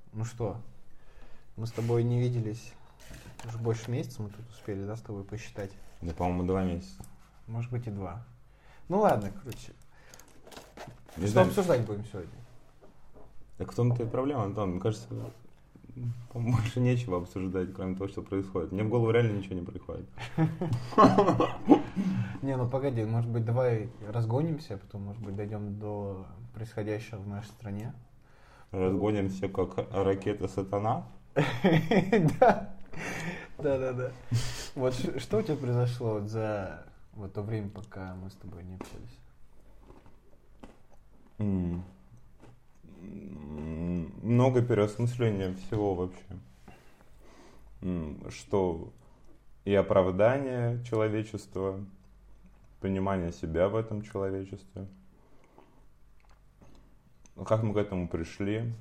Ну что, мы с тобой не виделись уже больше месяца, мы тут успели, да, с тобой посчитать? Да, по-моему, 2 месяца. Может быть и 2. Ну ладно, короче. Не Что знаю, обсуждать будем сегодня? так в том-то и проблема, Антон. Мне кажется, больше нечего обсуждать, кроме того, что происходит. Мне в голову реально ничего не приходит. Не, ну погоди, может быть, давай разгонимся, а потом, может быть, дойдем до происходящего в нашей стране. Разгонимся, как ракета сатана. Да, да. Вот что у тебя произошло вот за вот то время, пока мы с тобой не общались? Много переосмысления всего вообще. Что и оправдание человечества, понимание себя в этом человечестве. Как мы к этому пришли,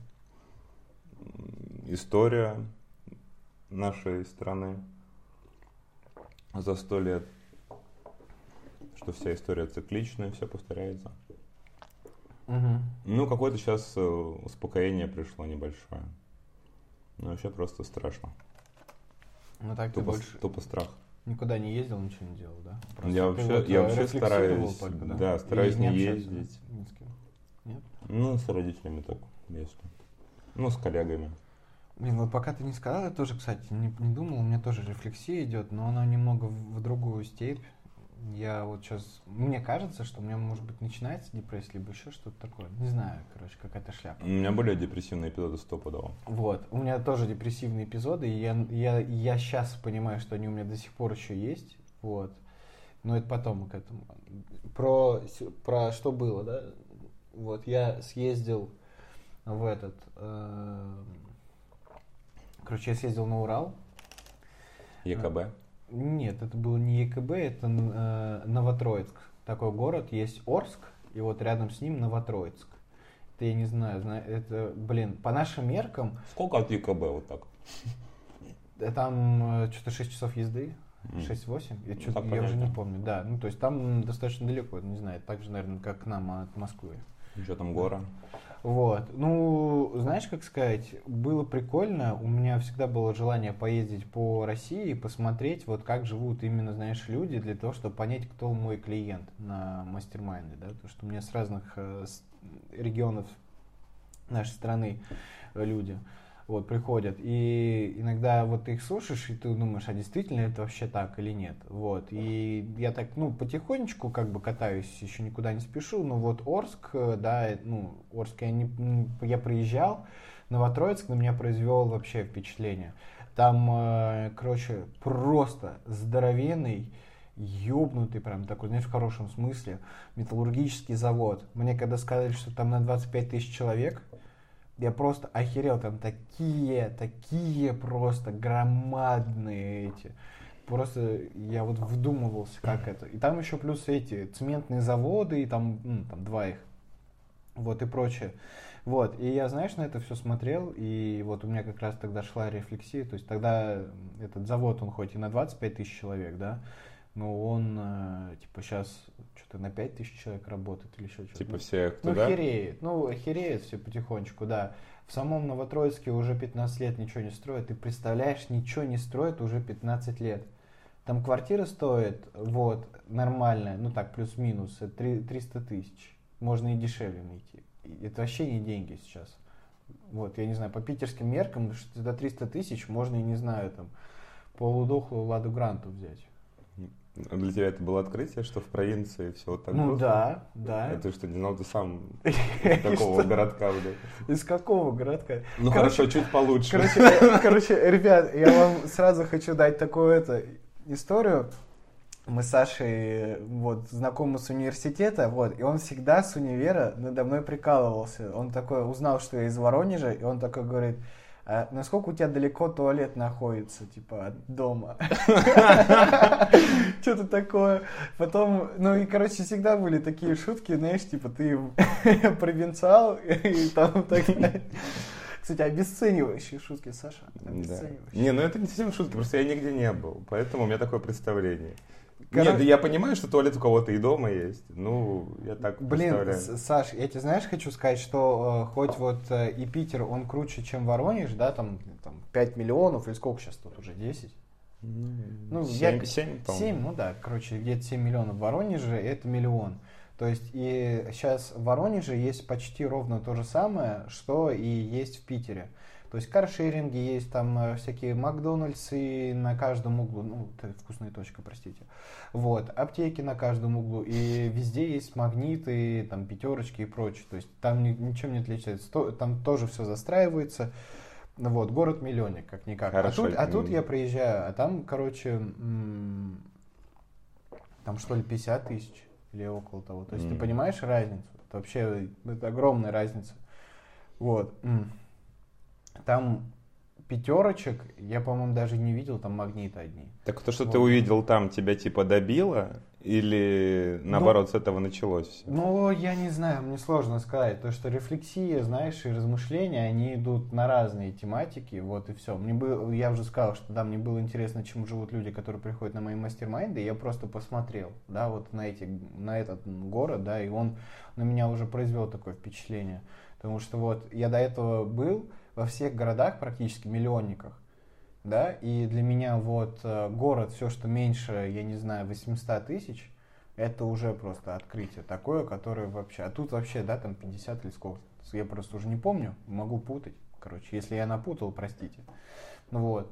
история нашей страны за 100 лет, что вся история цикличная, все повторяется. Угу. Ну, какое-то сейчас успокоение пришло небольшое. Ну, вообще просто страшно. Ну так ты больше Тупо страх. никуда не ездил, ничего не делал, да? Просто Я ты вообще рефлексировал стараюсь, только, да? да, стараюсь И не общался ездить. ни с кем? Нет? Ну, с родителями так, если. Ну, с коллегами. Блин, вот пока ты не сказал, я тоже, кстати, не думал, у меня тоже рефлексия идет, но она немного в другую степь. Я вот сейчас, мне кажется, что у меня, может быть, начинается депрессия, либо еще что-то такое. Не знаю, короче, какая-то шляпа. У меня более депрессивные эпизоды стопудово. Вот, у меня тоже депрессивные эпизоды, и я сейчас понимаю, что они у меня до сих пор еще есть, вот. Но это потом мы к этому. Про что было, да? Вот, я съездил в этот... Короче, я съездил на Урал. ЕКБ. Нет, это было не ЕКБ, это Новотроицк. Такой город, есть Орск, и вот рядом с ним Новотроицк. Это я не знаю, это, блин, по нашим меркам... Сколько от ЕКБ вот так? Там что-то 6 часов езды, 6-8, я уже не помню, да. Ну, то есть там достаточно далеко, не знаю, так же, наверное, как к нам от Москвы. Что там, гора? Вот. Ну, знаешь, как сказать, было прикольно. У меня всегда было желание поездить по России и посмотреть, вот как живут именно, знаешь, люди, для того, чтобы понять, кто мой клиент на мастер-майнде, да, потому что у меня с разных регионов нашей страны люди вот приходят, и иногда вот ты их слушаешь, и ты думаешь, а действительно это вообще так или нет, вот, и я так, ну, потихонечку как бы катаюсь, еще никуда не спешу, но вот Орск, да, ну, Орск я приезжал, Новотроицк на меня произвел вообще впечатление, там, короче, просто здоровенный, ёбнутый прям такой, знаешь, в хорошем смысле, металлургический завод, мне когда сказали, что там на 25 тысяч человек, я просто охерел, там такие просто громадные эти. Просто я вот вдумывался, как это. И там еще плюс эти цементные заводы, и там 2 их. Вот и прочее. Вот, и я, знаешь, на это все смотрел, и вот у меня как раз тогда шла рефлексия. То есть тогда этот завод, он хоть и на 25 тысяч человек, да, но он, типа, сейчас что-то на 5 тысяч человек работает или еще что-то. Типа всех туда? Хереет все потихонечку, да. В самом Новотроицке уже 15 лет ничего не строят. Ты представляешь, ничего не строят уже 15 лет. Там квартира стоит, вот, нормальная, ну так, плюс-минус, 300 тысяч. Можно и дешевле найти. Это вообще не деньги сейчас. Вот, я не знаю, по питерским меркам, за 300 тысяч можно, и не знаю, там, полудохлую Ладу Гранту взять. Для тебя это было открытие, что в провинции все вот так Ну было? да. Это что, не знал, ты сам из какого городка? Из какого городка? Ну хорошо, чуть получше. Короче, ребят, я вам сразу хочу дать такую историю. Мы с Сашей вот знакомы с университета, вот, и он всегда с универа надо мной прикалывался. Он такой узнал, что я из Воронежа, и он такой говорит: а насколько у тебя далеко туалет находится, типа, от дома? Что-то такое. Потом, ну и, короче, всегда были такие шутки, знаешь, типа, ты провинциал, и там так далее. Кстати, обесценивающие шутки, Саша. Да. Не, ну это не совсем шутки, просто я нигде не был, поэтому у меня такое представление. Нет, я понимаю, что туалет у кого-то и дома есть. Ну, я так представляю. Саш, я тебе знаешь, хочу сказать, что хоть вот и Питер, он круче, чем Воронеж, да, там 5 миллионов, или сколько сейчас тут уже, 10? Ну, 7, 7, ну да, короче, где-то 7 миллионов в Воронеже, это миллион. То есть и сейчас в Воронеже есть почти ровно то же самое, что и есть в Питере. То есть каршеринги есть, там всякие Макдональдсы на каждом углу, ну, это вкусная точка, простите. Вот, аптеки на каждом углу, и везде есть магниты, там, пятерочки и прочее. То есть там ничем не отличается. Там тоже все застраивается. Вот, город-миллионник, как-никак. Хорошо. А тут я приезжаю, а там, короче, там что ли 50 тысяч или около того. То есть ты понимаешь разницу? Это вообще огромная разница. Вот. Там пятерочек, я, по-моему, даже не видел, там магниты одни. Так то, что вот. ты увидел там, тебя типа добило? Или наоборот с этого началось все? Ну, я не знаю, мне сложно сказать. То, что рефлексия, знаешь, и размышления, они идут на разные тематики, вот и все. Я уже сказал, что да, мне было интересно, чем живут люди, которые приходят на мои мастер-майнды, и я просто посмотрел, да, вот на этот город, да, и он на меня уже произвел такое впечатление. Потому что вот я до этого был во всех городах, практически миллионниках, да, и для меня вот город, все, что меньше, я не знаю, 800 тысяч, это уже просто открытие такое, которое вообще, а тут вообще, да, там 50 или сколько, я просто уже не помню, могу путать, короче, если я напутал, простите, ну вот,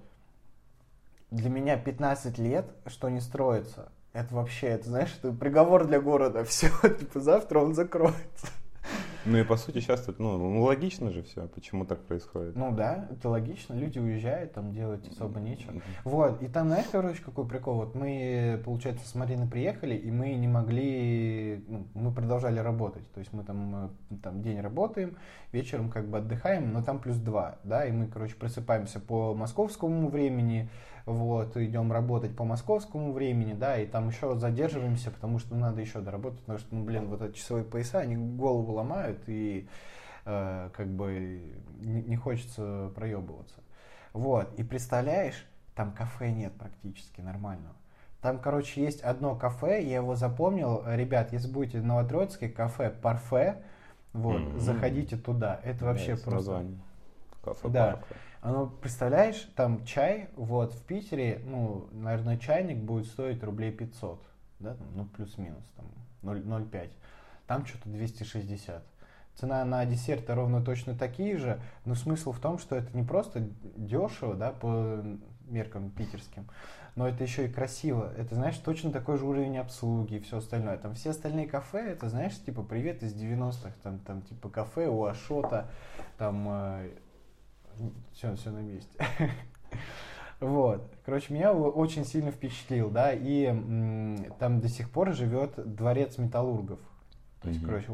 для меня 15 лет, что не строится, это вообще, это, знаешь, это приговор для города, все, типа, завтра он закроется. Ну и по сути сейчас это, ну логично же все, почему так происходит. Ну да, это логично, люди уезжают, там делать особо нечего. Вот, и там, знаешь, короче, какой прикол, вот мы, получается, с Мариной приехали, и мы не могли, ну, мы продолжали работать, то есть мы там день работаем, вечером как бы отдыхаем, но там +2, да, и мы, короче, просыпаемся по московскому времени, вот, идем работать по московскому времени, да, и там еще задерживаемся, потому что надо еще доработать, потому что, ну, блин, вот эти часовые пояса, они голову ломают, и как бы не хочется проебываться. Вот, и представляешь, там кафе нет практически нормального. Там, короче, есть одно кафе, я его запомнил, ребят, если будете в Новотроицке, кафе Парфе, вот, заходите туда, это вообще просто... Название. Кафе да. Парфе. Оно, представляешь, там чай, вот, в Питере, ну, наверное, чайник будет стоить рублей 500, да, ну, плюс-минус, там, 0,5. Там что-то 260. Цена на десерты ровно точно такие же, но смысл в том, что это не просто дешево, да, по меркам питерским, но это еще и красиво. Это, знаешь, точно такой же уровень обслуги и все остальное. Там все остальные кафе, это, знаешь, типа, привет из 90-х, там типа, кафе у Ашота, там... Все на месте. Вот. Короче, меня очень сильно впечатлил, да, и там до сих пор живет дворец металлургов. То есть, короче,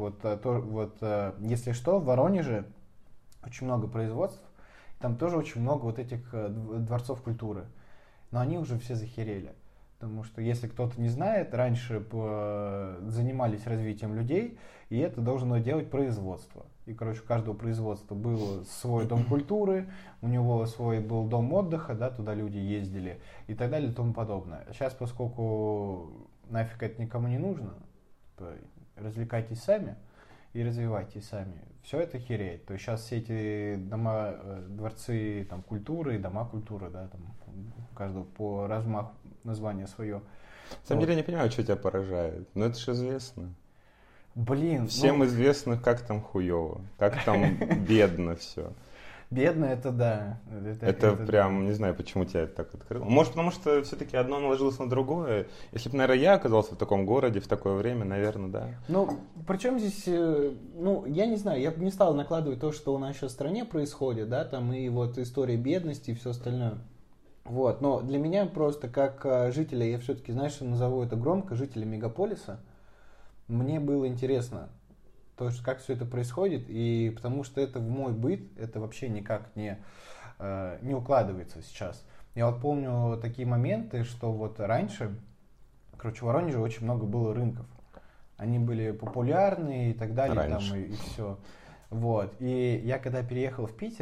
если что, в Воронеже очень много производств, там тоже очень много вот этих дворцов культуры. Но они уже все захерели. Потому что, если кто-то не знает, раньше занимались развитием людей, и это должно делать производство. И, короче, у каждого производства был свой дом культуры, у него свой был дом отдыха, да, туда люди ездили и так далее и тому подобное. Сейчас, поскольку нафиг это никому не нужно, то развлекайтесь сами и развивайтесь сами. Все это хереет. То есть сейчас все эти дома, дворцы там, культуры, дома культуры, да, там, у каждого по размаху название свое. На самом деле я не понимаю, что тебя поражает, но это же известно. Блин. Всем известно, как там хуево, как там бедно все. Бедно, это да. Это прям, не знаю, почему тебя это так открыло. Может, потому что все-таки одно наложилось на другое. Если бы, наверное, я оказался в таком городе в такое время, наверное, да. Ну, причем здесь, ну, я не знаю, я бы не стал накладывать то, что у нас сейчас в стране происходит, да, там и вот история бедности и все остальное. Вот, но для меня просто как жителя, я все-таки, знаешь, назову это громко, жителя мегаполиса, мне было интересно, то, что как все это происходит, и потому что это в мой быт, это вообще никак не укладывается сейчас. Я вот помню такие моменты, что вот раньше, короче, в Воронеже очень много было рынков. Они были популярны и так далее, там, и все. Вот. И я когда переехал в Питер,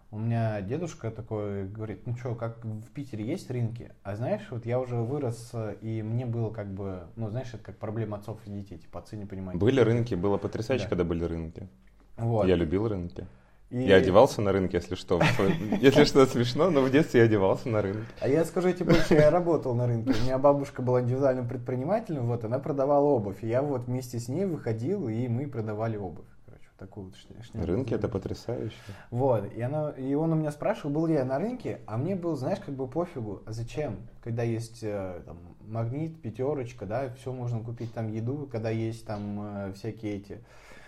У меня дедушка такой говорит, ну что, как в Питере есть рынки? А знаешь, вот я уже вырос, и мне было как бы, ну знаешь, это как проблема отцов и детей, типа отцы не понимают. Были рынки, было потрясающе, Да. когда были рынки. Вот. Я любил рынки. И... Я одевался на рынке, если что. Если что смешно, но в детстве я одевался на рынке. А я скажу тебе больше, я работал на рынке. У меня бабушка была индивидуальным предпринимателем, вот, она продавала обувь. И я вот вместе с ней выходил, и мы продавали обувь. Короче, вот такую вот шняпу. Рынки — это потрясающе. Вот, и он у меня спрашивал, был ли я на рынке, а мне было, знаешь, как бы пофигу, а зачем? Когда есть там, Магнит, Пятерочка, да, все можно купить там еду, когда есть там всякие эти...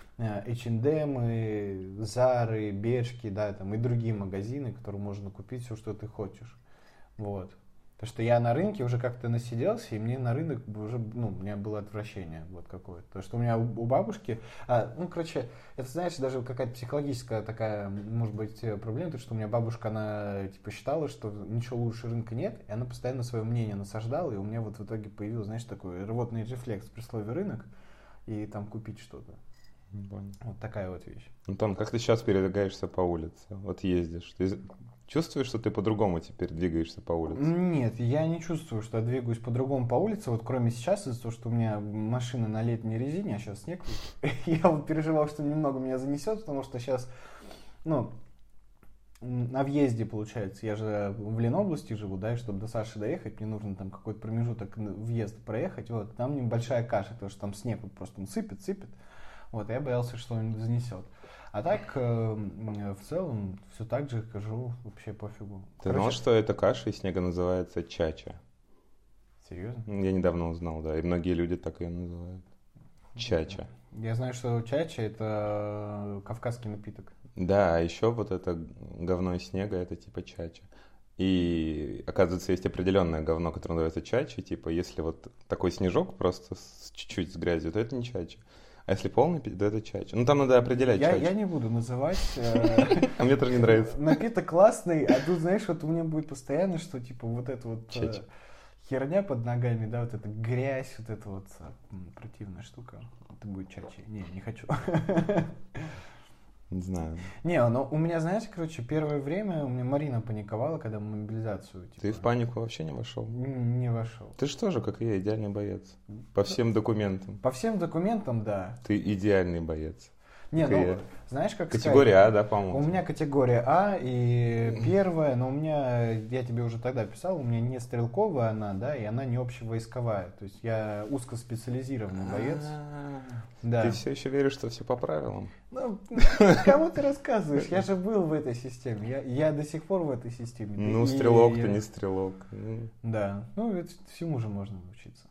H&M, Зары, Бершки, да, там и другие магазины, которые можно купить все, что ты хочешь. Вот. Потому что я на рынке уже как-то насиделся, и мне на рынок уже, ну, у меня было отвращение вот какое-то. Потому что у меня у бабушки, ну, короче, это, знаешь, даже какая-то психологическая такая, может быть, проблема, потому что у меня бабушка, она, типа, считала, что ничего лучше рынка нет, и она постоянно свое мнение насаждала, и у меня вот в итоге появился, знаешь, такой рвотный рефлекс при слове «рынок», и там купить что-то. Понял. Вот такая вот вещь. Антон, как ты сейчас передвигаешься по улице? Вот ездишь. Ты чувствуешь, что ты по-другому теперь двигаешься по улице? Нет, я не чувствую, что я двигаюсь по-другому по улице. Вот кроме сейчас, из-за того, что у меня машина на летней резине, а сейчас снег. Я вот переживал, что немного меня занесет, потому что сейчас, ну, на въезде, получается, я же в Ленобласти живу, да, и чтобы до Саши доехать, мне нужно там какой-то промежуток въезд проехать. Вот, там небольшая каша, потому что там снег вот просто он сыпет. Вот, я боялся, что он занесет. А так, в целом, все так же хожу, вообще пофигу. Ты знал, что эта каша из снега называется чача? Серьезно? Я недавно узнал, да, и многие люди так ее называют. Чача. Я знаю, что чача — это кавказский напиток. Да, а еще вот это говно из снега, это типа чача. И, оказывается, есть определенное говно, которое называется чача. Типа, если вот такой снежок просто чуть-чуть с грязью, то это не чача. А если полный, то это чача. Ну, там надо определять чачу. Я не буду называть. А мне тоже не нравится. Напиток классный, а тут, знаешь, вот у меня будет постоянно, что, типа, вот эта вот херня под ногами, да, вот эта грязь, вот эта вот противная штука. Это будет чачей. Не хочу. Не знаю. Не, ну у меня, знаешь, короче, первое время у меня Марина паниковала, когда мы мобилизацию. Типа, Ты в панику вообще не вошел? Не вошел. Ты что же, как и я, идеальный боец. По всем документам. По всем документам, да. Ты идеальный боец. Не, как ну, знаешь, как категория сказать, А, да, по-моему? У меня категория А и первая, но у меня, я тебе уже тогда писал, у меня не стрелковая она, да, и она не общевойсковая. То есть я узкоспециализированный боец. Да. Ты все еще веришь, что все по правилам? Ну, кому ты рассказываешь? Я же был в этой системе. Я до сих пор в этой системе. Ну, стрелок ты не стрелок. Да. Ну, это всему же можно научиться.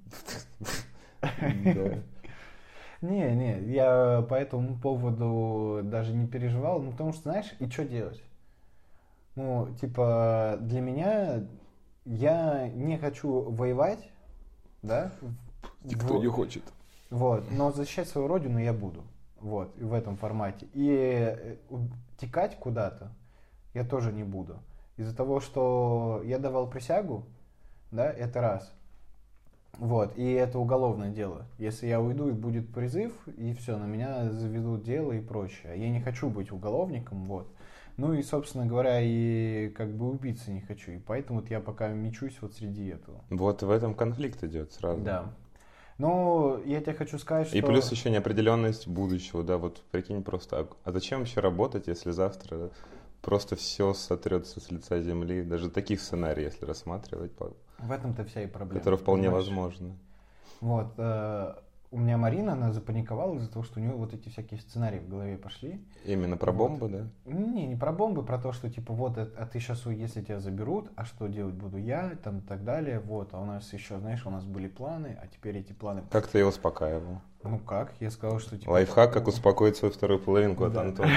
Да. Не, я по этому поводу даже не переживал, ну, потому что, знаешь, и что делать? Ну, типа, для меня, я не хочу воевать, да? Никто не хочет. Вот, но защищать свою родину я буду, вот, и в этом формате. И текать куда-то я тоже не буду. Из-за того, что я давал присягу, да, это раз. Вот, и это уголовное дело. Если я уйду, и будет призыв, и все, на меня заведут дело и прочее. Я не хочу быть уголовником, вот. Ну и, собственно говоря, и как бы убийцы не хочу. И поэтому вот я пока мечусь вот среди этого. Вот в этом конфликт идет сразу. Да. Ну, я тебе хочу сказать, что... И плюс еще неопределенность будущего, да, вот прикинь просто, а зачем вообще работать, если завтра просто все сотрется с лица земли, даже таких сценариев, если рассматривать. В этом-то вся и проблема. Которые вполне понимаешь? возможны. Вот. У меня Марина, она запаниковала из-за того, что у нее вот эти всякие сценарии в голове пошли. Именно про бомбы, да? Не про бомбы, про то, что типа вот, а ты сейчас, если тебя заберут, а что делать буду я, там и так далее. Вот, а у нас еще, знаешь, у нас были планы, а теперь эти планы... Как ты ее успокаивал? Ну как? Я сказал, что типа... Лайфхак, как успокоить свою вторую половинку от Антона.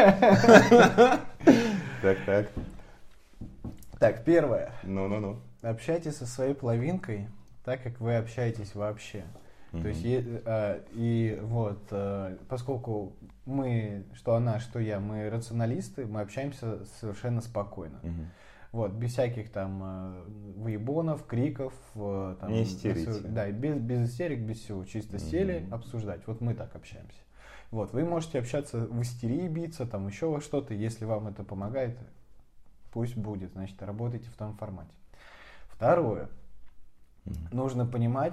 Так. Так, первое. Ну. Общайтесь со своей половинкой так, как вы общаетесь вообще. То есть, и вот, поскольку мы, что она, что я, мы рационалисты, мы общаемся совершенно спокойно. Вот, без всяких там выебонов, криков. Не истерите. Да, без истерик, без всего. Чисто сели обсуждать. Вот мы так общаемся. Вот, вы можете общаться в истерии, биться, там еще во что-то, если вам это помогает, пусть будет, значит, работайте в том формате. Второе, нужно понимать,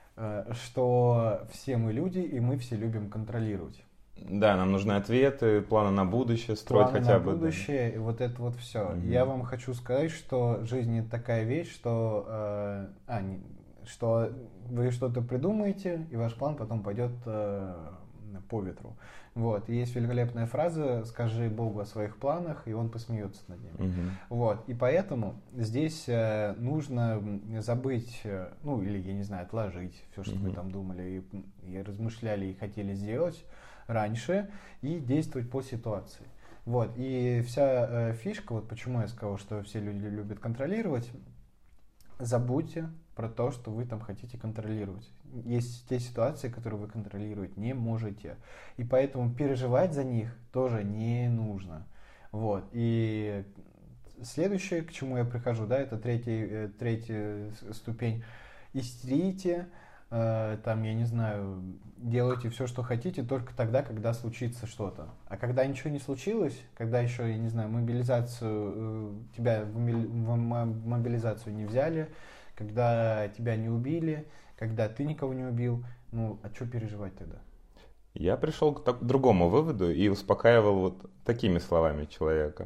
что все мы люди, и мы все любим контролировать. Да, нам нужны ответы, планы на будущее строить Планы хотя на бы. будущее, и вот это вот все. Я вам хочу сказать, что жизнь это такая вещь, что, что вы что-то придумаете, и ваш план потом пойдет по ветру. Вот. И есть великолепная фраза: «Скажи Богу о своих планах, и Он посмеется над ними». Вот. И поэтому здесь нужно забыть, ну или, я не знаю, отложить все, что вы там думали и размышляли и хотели сделать раньше, и действовать по ситуации. Вот. И вся фишка, вот почему я сказал, что все люди любят контролировать, забудьте про то, что вы там хотите контролировать. Есть те ситуации, которые вы контролировать не можете. И поэтому переживать за них тоже не нужно. Вот. И следующее, к чему я прихожу, да, это третья ступень. Истерите, там, я не знаю, делайте все, что хотите, только тогда, когда случится что-то. А когда ничего не случилось, когда еще, я не знаю, тебя в мобилизацию не взяли, когда тебя не убили, когда ты никого не убил, ну, а что переживать тогда? Я пришел к другому выводу и успокаивал вот такими словами человека.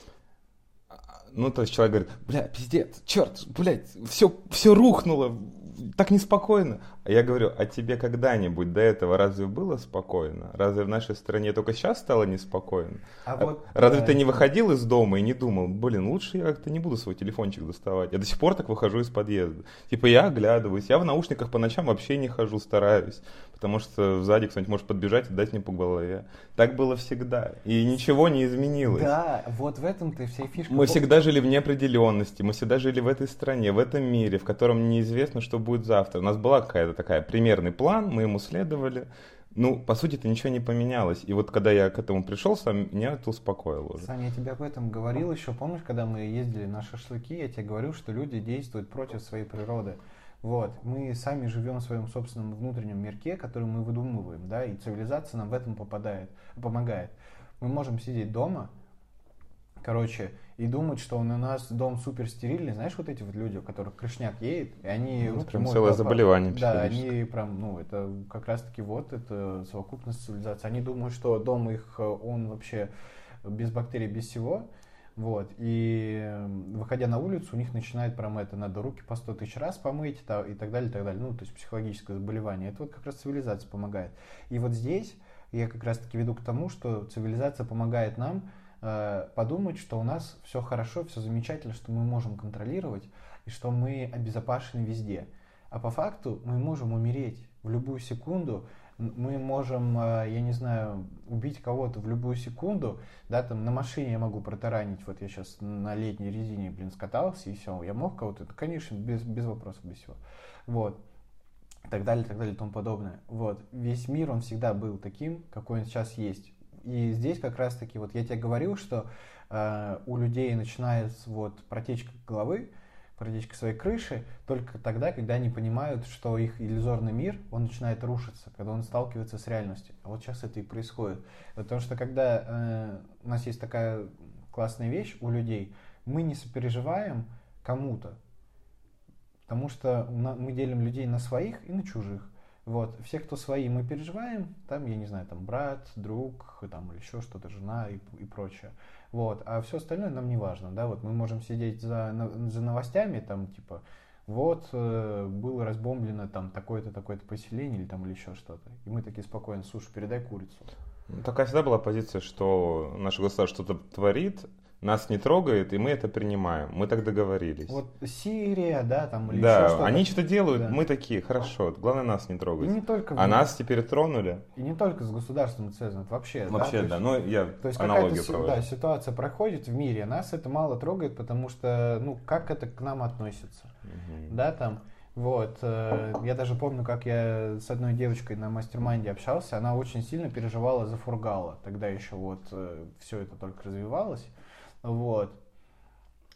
Ну, то есть человек говорит: бля, пиздец, черт, блядь, все рухнуло, так неспокойно. А я говорю: а тебе когда-нибудь до этого разве было спокойно? Разве в нашей стране только сейчас стало неспокойно? Разве ты не выходил из дома и не думал: блин, лучше я как-то не буду свой телефончик доставать? Я до сих пор так выхожу из подъезда. Типа я оглядываюсь, я в наушниках по ночам вообще не хожу, стараюсь. Потому что сзади кто-нибудь может подбежать и дать мне по голове. Так было всегда. И ничего не изменилось. Да, вот в этом-то и вся фишка. Мы всегда жили в неопределенности, мы всегда жили в этой стране, в этом мире, в котором неизвестно, что будет завтра. У нас была какая-то такая примерный план, мы ему следовали. Ну, по сути, это ничего не поменялось. И вот когда я к этому пришел, меня это успокоило уже. Сам я тебе об этом говорил еще. Помнишь, когда мы ездили на шашлыки, я тебе говорил, что люди действуют против своей природы. Вот. Мы сами живем в своем собственном внутреннем мирке, который мы выдумываем, да, и цивилизация нам в этом помогает. Мы можем сидеть дома, и думать, что у нас дом супер стерильный. Знаешь, вот эти вот люди, у которых крышняк едет, и они руки прям моют. целое заболевание. Да, они прям, это как раз-таки это совокупность цивилизации. Они думают, что дом их, он вообще без бактерий, без всего. Вот. И выходя на улицу, у них начинает прям надо руки по 100 тысяч раз помыть и так далее, и так далее. Ну, то есть психологическое заболевание. Это вот как раз цивилизация помогает. И вот здесь я как раз-таки веду к тому, что цивилизация помогает нам подумать, что у нас все хорошо, все замечательно, что мы можем контролировать и что мы обезопасены везде. А по факту мы можем умереть в любую секунду, мы можем, я не знаю, убить кого-то в любую секунду, да, там на машине я могу протаранить, вот я сейчас на летней резине, скатался и все, я мог кого-то, конечно, без вопросов, без всего, вот, и так далее, и тому подобное, вот, весь мир, он всегда был таким, какой он сейчас есть. И здесь как раз-таки, вот я тебе говорил, что у людей начинается протечка головы, протечка своей крыши только тогда, когда они понимают, что их иллюзорный мир, он начинает рушиться, когда он сталкивается с реальностью. А вот сейчас это и происходит. Потому что когда у нас есть такая классная вещь у людей, мы не сопереживаем кому-то, потому что мы делим людей на своих и на чужих. Вот, все, кто свои, мы переживаем, там, я не знаю, там, брат, друг, там, или еще что-то, жена и прочее. Вот, а все остальное нам не важно, да, вот мы можем сидеть за новостями, там, типа, было разбомблено там такое-то поселение или еще что-то. И мы такие спокойно: слушай, передай курицу. Такая всегда была позиция, что наше государство что-то творит, нас не трогает, и мы это принимаем. Мы так договорились. Вот Сирия, да, там или да, еще что-то. Они что-то делают, да. Мы такие: хорошо, главное нас не трогать. И не только нас теперь тронули. И не только с государством связано, это вообще. Вообще, да, но я аналогию провожу. Да, ситуация проходит в мире, нас это мало трогает, потому что, как это к нам относится. Да, там. Вот, я даже помню, как я с одной девочкой на мастер-майнде общался, она очень сильно переживала за Фургала, тогда еще все это только развивалось, вот,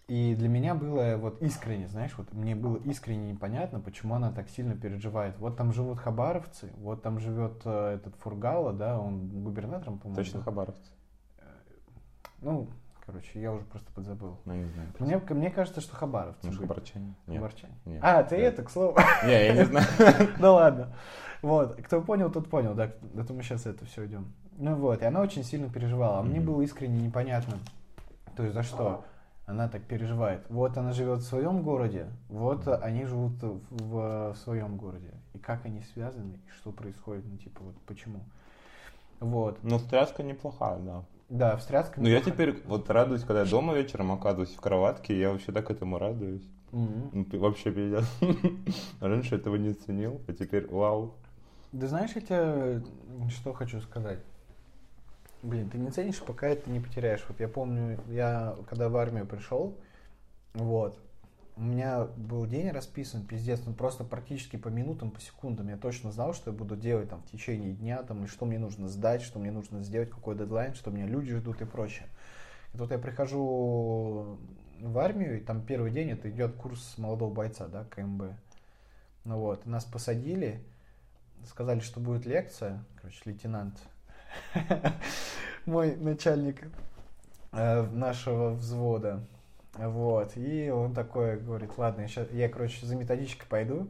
И для меня было вот искренне, знаешь, вот мне было искренне непонятно, почему она так сильно переживает. Вот там живут хабаровцы, вот там живет этот Фургала, да, он губернатором, по-моему. Точно хабаровцы? Ну, короче, я уже просто подзабыл. Ну, не знаю. Мне кажется, что хабаровцы. Ну, хабарчане? Нет. Хабарчане? Нет. А, ты это, к слову. Не, я не знаю. Ну ладно. Вот, кто понял, тот понял, да, это мы сейчас это все идем. Ну вот, и она очень сильно переживала, а мне было искренне непонятно, то есть за что она так переживает. Вот она живет в своем городе, вот они живут в своем городе. И как они связаны, и что происходит, ну типа вот почему. Вот. Ну, встряска неплохая, да. Да, встряска. Ну, я теперь вот радуюсь, когда я дома вечером оказываюсь в кроватке, я вообще так этому радуюсь. Ну, вообще пиздец. Раньше этого не ценил, а теперь вау. Да знаешь, я тебе что хочу сказать? Блин, ты не ценишь, пока это не потеряешь. Вот я помню, я когда в армию пришел, вот, у меня был день расписан, пиздец, он просто практически по минутам, по секундам. Я точно знал, что я буду делать там в течение дня, там, и что мне нужно сдать, что мне нужно сделать, какой дедлайн, что меня люди ждут и прочее. И тут я прихожу в армию, и там первый день это идет курс молодого бойца, да, КМБ. Ну вот, нас посадили, сказали, что будет лекция, короче, лейтенант, мой начальник нашего взвода, вот, и он такой говорит, ладно, я, короче, за методичкой пойду,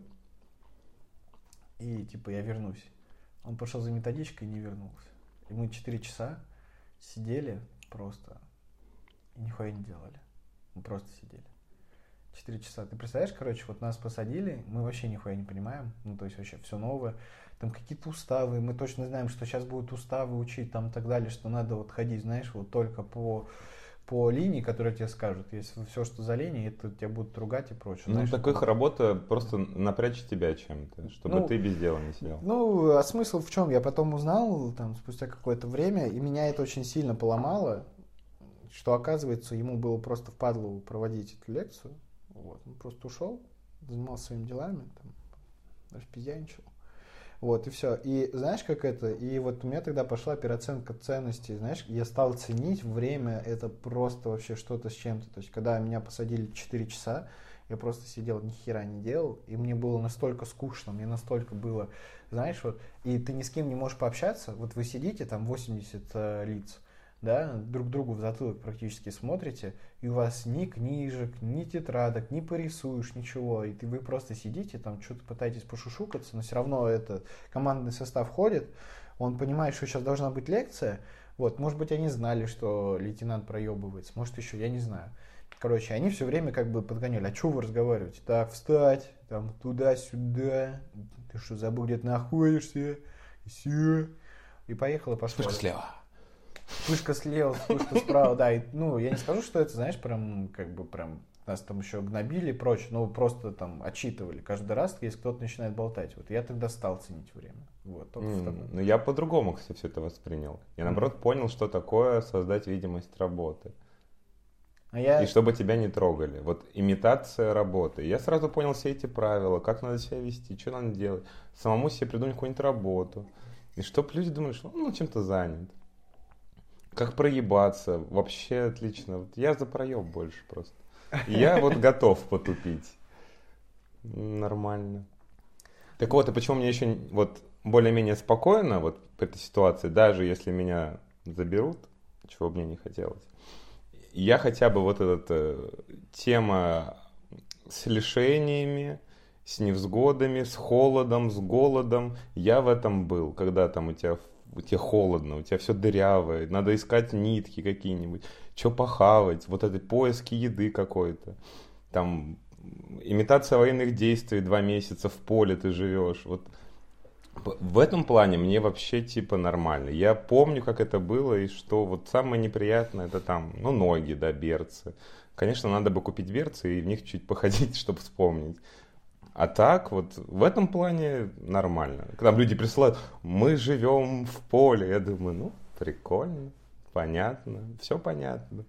и, типа, я вернусь. Он пошел за методичкой и не вернулся. И мы 4 часа сидели просто и нихуя не делали. Мы просто сидели. 4 часа. Ты представляешь, короче, вот нас посадили, мы вообще нихуя не понимаем, ну, то есть вообще все новое. Там какие-то уставы, мы точно знаем, что сейчас будут уставы учить, там и так далее, что надо вот ходить, знаешь, вот только по линии, которые тебе скажут. Если все, что за линией, это тебя будут ругать и прочее. Ну, знаешь, так их работа просто напрячь тебя чем-то, чтобы ты без дела не сидел. Ну, а смысл в чем? Я потом узнал, там, спустя какое-то время, и меня это очень сильно поломало, что, оказывается, ему было просто впадло проводить эту лекцию. Вот. Он просто ушел, занимался своими делами, там, распиздяничал. Вот, и все. И знаешь, как это? И вот у меня тогда пошла переоценка ценностей. Знаешь, я стал ценить время, это просто вообще что-то с чем-то. То есть, когда меня посадили 4 часа, я просто сидел, ни хера не делал, и мне было настолько скучно, мне настолько было, знаешь, вот, и ты ни с кем не можешь пообщаться, вот вы сидите, там 80 лиц, да, друг другу в затылок практически смотрите, и у вас ни книжек, ни тетрадок, ни порисуешь, ничего, и вы просто сидите, там что-то пытаетесь пошушукаться, но все равно это командный состав ходит, он понимает, что сейчас должна быть лекция, вот, может быть, они знали, что лейтенант проебывается, может, еще, я не знаю. Короче, они все время как бы подгоняли, а что вы разговариваете? Так, встать, там, туда-сюда, ты что, забыл, где ты находишься, и все, и поехал, и пошел. Вспышка слева. Вспышка слева, вспышка справа, да, и, ну, я не скажу, что это, знаешь, прям, как бы, прям, нас там еще гнобили и прочее, но просто там отчитывали каждый раз, если кто-то начинает болтать, вот, я тогда стал ценить время, вот. Ну, я по-другому, кстати, все это воспринял, я, наоборот, понял, что такое создать видимость работы. И чтобы тебя не трогали. Вот имитация работы. Я сразу понял все эти правила, как надо себя вести, что надо делать. Самому себе придумать какую-нибудь работу. И чтоб люди думали, что он чем-то занят. Как проебаться. Вообще отлично. Вот я за проеб больше просто. И я вот готов потупить. Нормально. Так вот, и почему мне еще вот более-менее спокойно вот в этой ситуации, даже если меня заберут, чего бы мне не хотелось. Я хотя бы вот эта тема с лишениями, с невзгодами, с холодом, с голодом, я в этом был, когда там у тебя холодно, у тебя все дырявое, надо искать нитки какие-нибудь, что похавать, вот эти поиски еды какой-то, там имитация военных действий, 2 месяца в поле ты живешь, вот. В этом плане мне вообще типа нормально. Я помню, как это было, и что вот самое неприятное это там, ну, ноги, да, берцы. Конечно, надо бы купить берцы и в них чуть походить, чтобы вспомнить. А так вот в этом плане нормально. Когда люди присылают, мы живем в поле, я думаю, ну, прикольно, понятно, все понятно.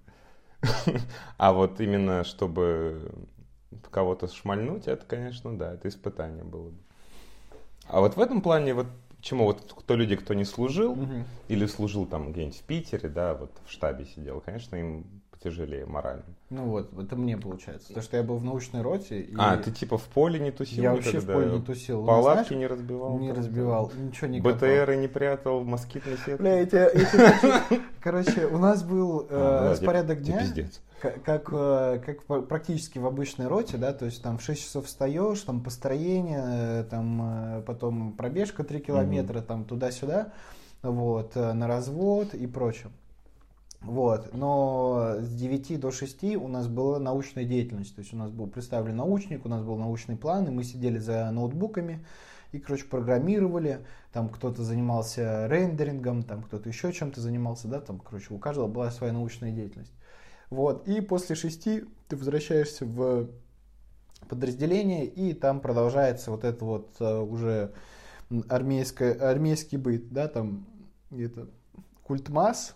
А вот именно чтобы кого-то шмальнуть, это, конечно, да, это испытание было бы. А вот в этом плане вот Почему вот люди, кто не служил, Мгм. или служил там где-нибудь в Питере, да, вот в штабе сидел, конечно, им потяжелее морально. Ну вот, это мне получается. То, что я был в научной роте, и Ты типа в поле не тусил я вообще в никогда? поле не тусил. У нас, Палатки знаешь, не разбивал? не там, разбивал, ничего не копал. БТРы не прятал в москитной сетке? Бля, я тебе хочу... Короче, у нас был распорядок дня, Пиздец. как практически в обычной роте, да, то есть там в 6 часов встаешь, там построение, там потом пробежка 3 километра, там туда-сюда, вот, на развод и прочее. Вот, но с 9 до 6 у нас была научная деятельность, то есть у нас был представлен научник, у нас был научный план, и мы сидели за ноутбуками и, короче, программировали, там кто-то занимался рендерингом, там кто-то еще чем-то занимался, да, там, короче, у каждого была своя научная деятельность. Вот, и после 6 ты возвращаешься в подразделение, и там продолжается вот это вот уже армейский быт, да, там это культ масс,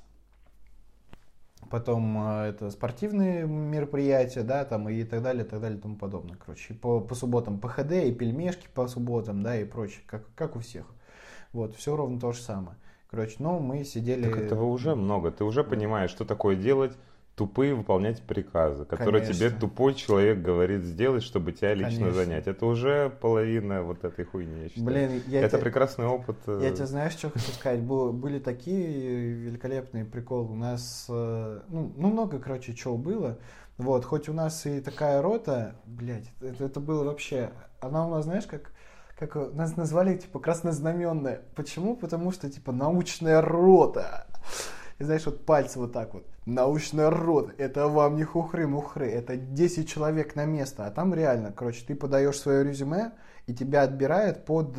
потом это спортивные мероприятия, да, там и так далее, и тому подобное. Короче, и по субботам ПХД, и пельмешки по субботам, да, и прочее, как у всех. Вот, все ровно то же самое. Короче, ну, мы сидели... Так этого уже много. Ты уже понимаешь, что такое делать, тупые выполнять приказы, которые Конечно. тебе тупой человек говорит сделать, чтобы тебя лично Конечно. занять. Это уже половина вот этой хуйни, я считаю. Блин, Это прекрасный опыт. Я тебе знаешь, что хочу сказать? Были такие великолепные приколы. У нас, ну много, короче, чего было. Вот, хоть у нас и такая рота, блядь, это было вообще... Она у нас, знаешь, как нас назвали, типа, краснознаменная. Почему? Потому что, типа, научная рота. И знаешь, вот пальцы вот так вот. Научная рота. Это вам не хухры-мухры. Это 10 человек на место. А там реально, короче, ты подаешь свое резюме, и тебя отбирают под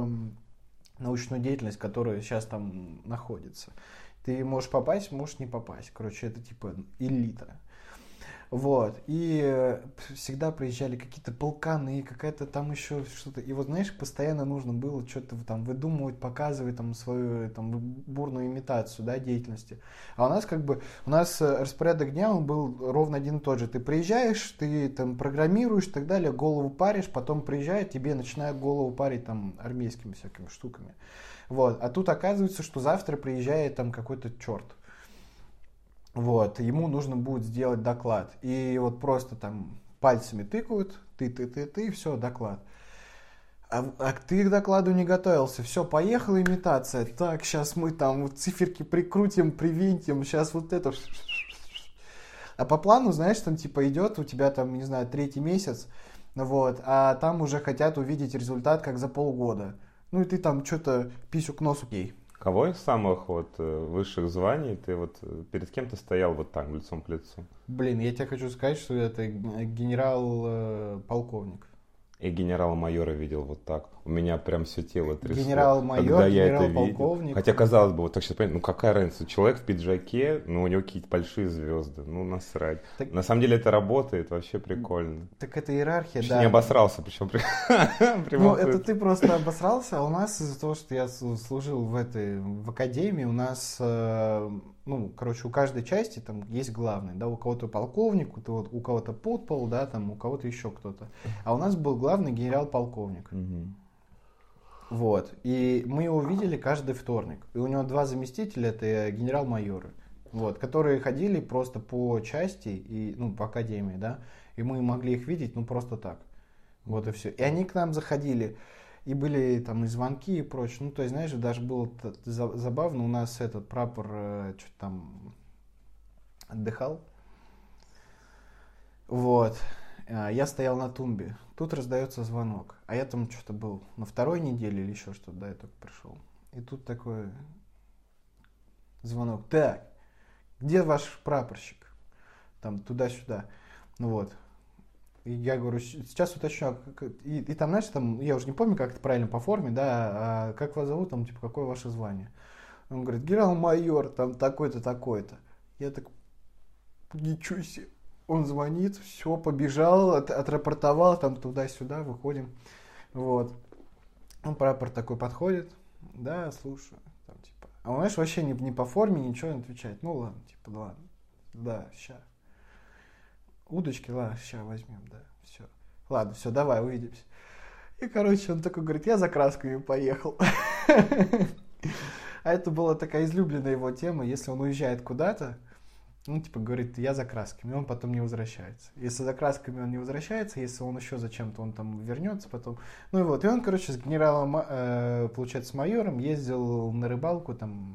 научную деятельность, которая сейчас там находится. Ты можешь попасть, можешь не попасть. Короче, это типа элита. Вот. И всегда приезжали какие-то полканы, какая-то там еще что-то. И вот, знаешь, постоянно нужно было что-то там выдумывать, показывать там свою там бурную имитацию, да, деятельности. А у нас распорядок дня, он был ровно один и тот же. Ты приезжаешь, ты там программируешь и так далее, голову паришь, потом приезжает, тебе начинают голову парить там армейскими всякими штуками. Вот. А тут оказывается, что завтра приезжает там какой-то черт. Вот, ему нужно будет сделать доклад. И вот просто там пальцами тыкают, ты, все, доклад. А ты к докладу не готовился. Все, поехала имитация. Так, сейчас мы там циферки прикрутим, привинтим, сейчас вот это. А по плану, знаешь, там типа идет у тебя там, не знаю, 3-й месяц, вот, а там уже хотят увидеть результат как за полгода. Ну и ты там что-то писю к носу ей. Кого из самых вот высших званий ты вот перед кем ты стоял вот так, лицом к лицу? Блин, я тебе хочу сказать, что это генерал-полковник. И генерала-майора видел вот так. У меня прям все тело трясло. Генерал-майор, когда я это видел. генерал-полковник. Хотя, казалось бы, вот так сейчас понятно, ну какая разница? Человек в пиджаке, ну у него какие-то большие звезды, ну насрать. Так, на самом деле это работает, вообще прикольно. так это иерархия, Чуть да. не обосрался, причем Ну, это ты просто обосрался, а у нас из-за того, что я служил в академии, у нас, ну, короче, у каждой части там есть главный, да, у кого-то полковник, у кого-то подпол, да, там, у кого-то еще кто-то. А у нас был главный генерал-полковник. Вот. И мы его видели каждый вторник. И у него 2 заместителя, это генерал-майоры. Вот, которые ходили просто по части, и, ну, по академии, да, и мы могли их видеть, ну, просто так. Вот и все. И они к нам заходили, и были там и звонки, и прочее. Ну, то есть, знаешь, даже было забавно, у нас этот прапор что-то там отдыхал. Вот. Я стоял на тумбе. Тут раздается звонок. А я там что-то был на 2-й неделе или еще что-то, да, я только пришел. И тут такой звонок. Так, где ваш прапорщик? Там туда-сюда. Ну вот. И я говорю, сейчас уточню. И там, знаешь, там, я уже не помню, как это правильно по форме, да, а как вас зовут, там, типа, какое ваше звание? Он говорит, генерал-майор, там, такой-то, такой-то. Я так, ничего себе. Он звонит, все, побежал, отрапортовал, там, туда-сюда, выходим. Вот. Он прапор такой подходит, да, слушаю, там, типа. А он, знаешь, вообще не по форме, ничего не отвечает. Ну, ладно, типа, ладно, да, ща. Удочки, ладно, сейчас возьмем, да, все. Ладно, все, давай, увидимся. И, короче, он такой говорит, я за красками поехал. А это была такая излюбленная его тема, если он уезжает куда-то, ну, типа, говорит, я за красками, он потом не возвращается. Если за красками он не возвращается, если он еще зачем-то, он там вернется потом. Ну и вот, и он, короче, с генералом, получается, с майором ездил на рыбалку там.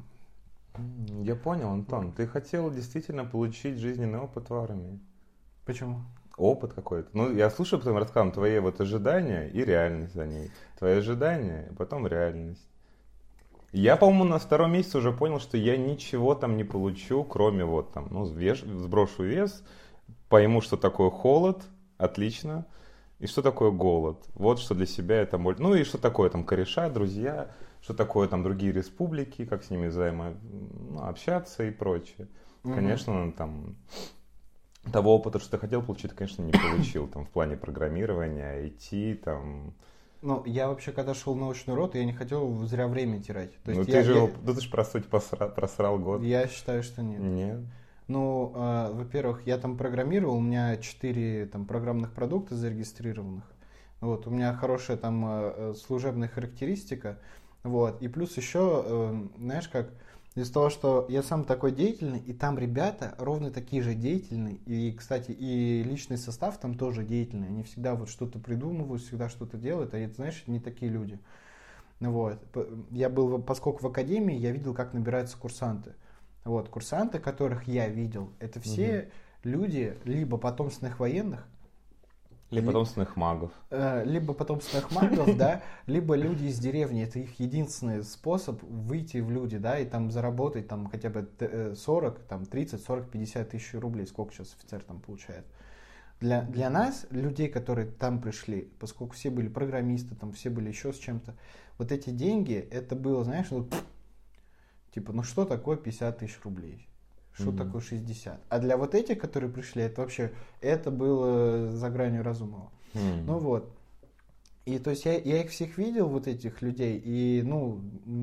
Я понял, Антон, ты хотел действительно получить жизненный опыт в армии. Почему? Опыт какой-то. Ну, я слушаю потом рассказываю твои вот ожидания и реальность за ней. Твои ожидания, потом реальность. Я, по-моему, на втором месяце уже понял, что я ничего там не получу, кроме вот там, ну, сброшу вес, пойму, что такое холод, отлично, и что такое голод. Вот что для себя это может... Ну, и что такое там кореша, друзья, что такое там другие республики, как с ними общаться и прочее. Конечно, там... Того опыта, что ты хотел получить, ты, конечно, не получил. Там, в плане программирования, IT, там... Ну, я вообще, когда шел в научную роту, я не хотел зря время терять. То есть ты же, по сути, просрал год. Я считаю, что нет. Нет. Ну, во-первых, я там программировал, у меня 4 там, программных продукта зарегистрированных. Вот, у меня хорошая там служебная характеристика. Вот, и плюс еще, знаешь как, из-за того, что я сам такой деятельный, и там ребята ровно такие же деятельные, и, кстати, и личный состав там тоже деятельный, они всегда вот что-то придумывают, всегда что-то делают, а это, знаешь, не такие люди. Вот. Я был, поскольку в академии, я видел, как набираются курсанты. Вот, курсанты, которых я видел, это все люди либо потомственных военных, либо потомственных магов. Либо потомственных магов, да, либо люди из деревни. Это их единственный способ выйти в люди, да, и там заработать там хотя бы 40, там 30, 40, 50 тысяч рублей, сколько сейчас офицер там получает. Для нас, людей, которые там пришли, поскольку все были программисты, там все были еще с чем-то, вот эти деньги, это было, знаешь, ну, типа, ну что такое 50 тысяч рублей? Что такое 60? А для вот этих, которые пришли, это вообще, это было за гранью разумного. Ну вот. И то есть я их всех видел, вот этих людей, и ну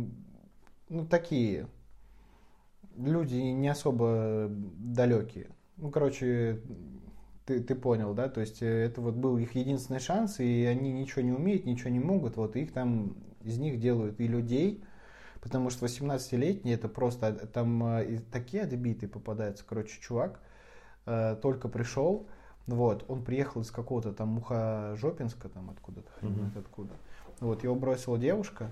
такие люди не особо далекие. Ну, короче, ты понял, да? То есть это вот был их единственный шанс, и они ничего не умеют, ничего не могут, вот их там, из них делают и людей. Потому что 18-летний это просто там такие отбитые попадаются. Короче, чувак только пришел, вот, он приехал из какого-то там Мухожопинска, там откуда-то, откуда. Вот, его бросила девушка,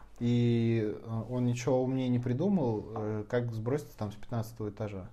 и он ничего умнее не придумал, как сброситься там с 15-го этажа.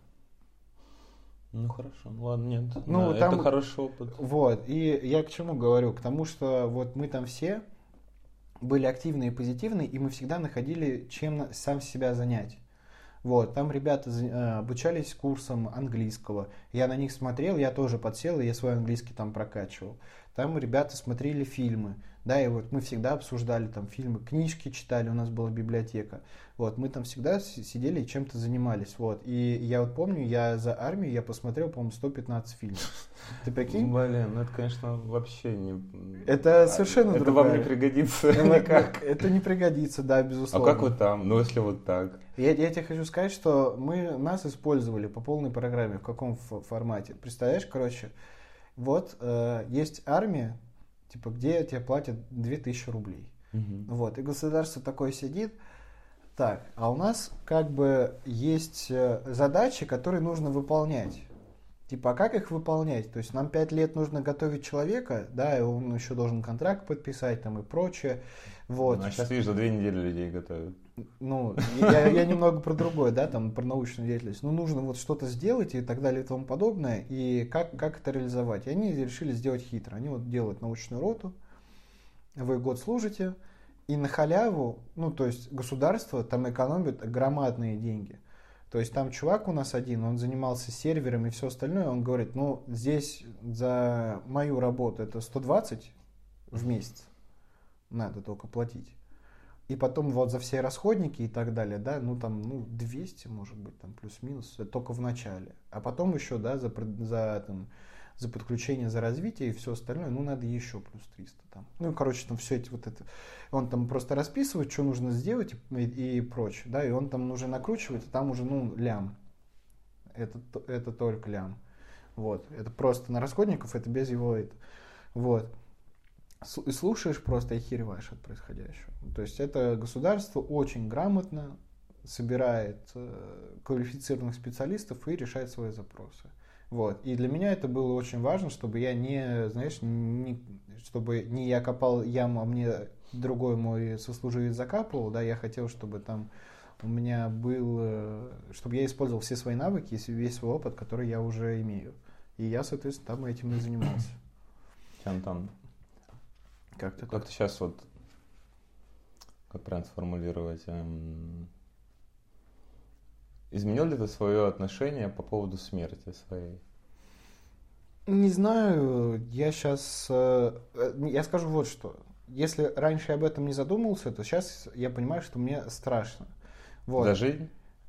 Ну хорошо, ладно, нет. Ну, да, там, это хороший опыт. Вот, и я к чему говорю? К тому, что вот мы там все были активные и позитивные, и мы всегда находили, чем сам себя занять. Вот, там ребята обучались курсам английского. Я на них смотрел, я тоже подсел, и я свой английский там прокачивал. Там ребята смотрели фильмы. Да, и вот мы всегда обсуждали там фильмы, книжки читали, у нас была библиотека. Вот, мы там всегда сидели и чем-то занимались. Вот, и я вот помню, я за армию, я посмотрел, по-моему, 115 фильмов. Ты прикинь? Блин, ну это, конечно, вообще не... Это совершенно это другая. вам не пригодится никак. Это не пригодится, да, безусловно. А как вы там? Ну, если вот так. Я тебе хочу сказать, что нас использовали по полной программе. В каком формате? Представляешь, короче, вот есть армия, типа, где тебе платят 2000 рублей. Вот, и государство такое сидит. Так, а у нас как бы есть задачи, которые нужно выполнять. Типа, а как их выполнять? То есть нам 5 лет нужно готовить человека, да, и он еще должен контракт подписать там и прочее. Вот. Ну, а сейчас, видишь, за 2 недели людей готовят. Ну, я немного про другое, да, там, про научную деятельность. Ну, нужно вот что-то сделать и так далее и тому подобное. И как это реализовать? И они решили сделать хитро. Они вот делают научную роту, вы год служите, и на халяву, ну, то есть государство там экономит громадные деньги. То есть там чувак у нас один, он занимался сервером и все остальное, он говорит, ну, здесь за мою работу это 120 в месяц надо только платить. И потом вот за все расходники и так далее, да, ну там, ну, 200, может быть, там плюс-минус, это только в начале. А потом еще, да, за подключение, за развитие и все остальное, ну, надо еще плюс 300 там. Ну, короче, там все эти вот это, он там просто расписывает, что нужно сделать и прочее, да, и он там уже накручивает, и там уже, ну, лям. Это только лям. Вот, это просто на расходников, это без его, вот. и слушаешь просто и охереваешь от происходящего. То есть это государство очень грамотно собирает квалифицированных специалистов и решает свои запросы. Вот. И для меня это было очень важно, чтобы я не, знаешь, чтобы не я копал яму, а мне другой мой сослуживец закапывал, да, я хотел, чтобы там у меня был, чтобы я использовал все свои навыки и весь свой опыт, который я уже имею. И я, соответственно, там этим и занимался. Антон, как ты сейчас вот, как правильно сформулировать, изменил ли ты свое отношение по поводу смерти своей? Не знаю, я сейчас, я скажу вот что. Если раньше я об этом не задумывался, то сейчас я понимаю, что мне страшно. Вот. За жизнь?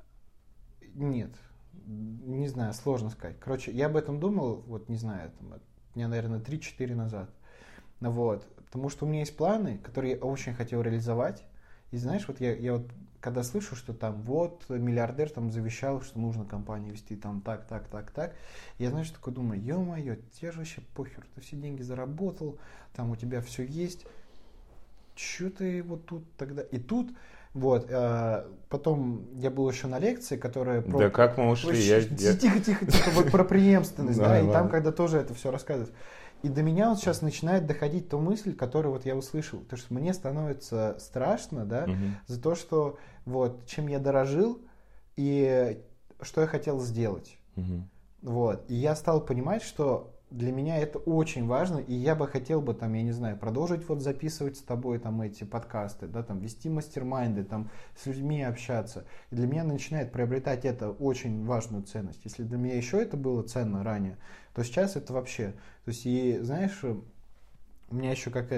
Нет, не знаю, сложно сказать. Короче, я об этом думал, вот не знаю, там, дня, наверное, 3-4 назад. Вот. Потому что у меня есть планы, которые я очень хотел реализовать. И знаешь, вот я вот когда слышу, что там вот миллиардер там завещал, что нужно компанию вести там так, я, знаешь, такой думаю, ё-моё, тебе же вообще похер, ты все деньги заработал, там у тебя все есть, чё ты вот тут тогда, и тут, вот, потом я был еще на лекции, которая про... Да как мы ушли? Тихо, вот про преемственность, да, и ладно. там, когда тоже это все рассказывают. И до меня вот сейчас начинает доходить та мысль, которую вот я услышал. Потому что мне становится страшно, да, за то, что вот чем я дорожил и что я хотел сделать. Вот. И я стал понимать, что для меня это очень важно, и я бы хотел бы там, я не знаю, продолжить вот записывать с тобой там эти подкасты, да, там вести мастер-майнды, там с людьми общаться. И для меня начинает приобретать это очень важную ценность. Если для меня еще это было ценно ранее, то сейчас это вообще. То есть, и знаешь, у меня еще как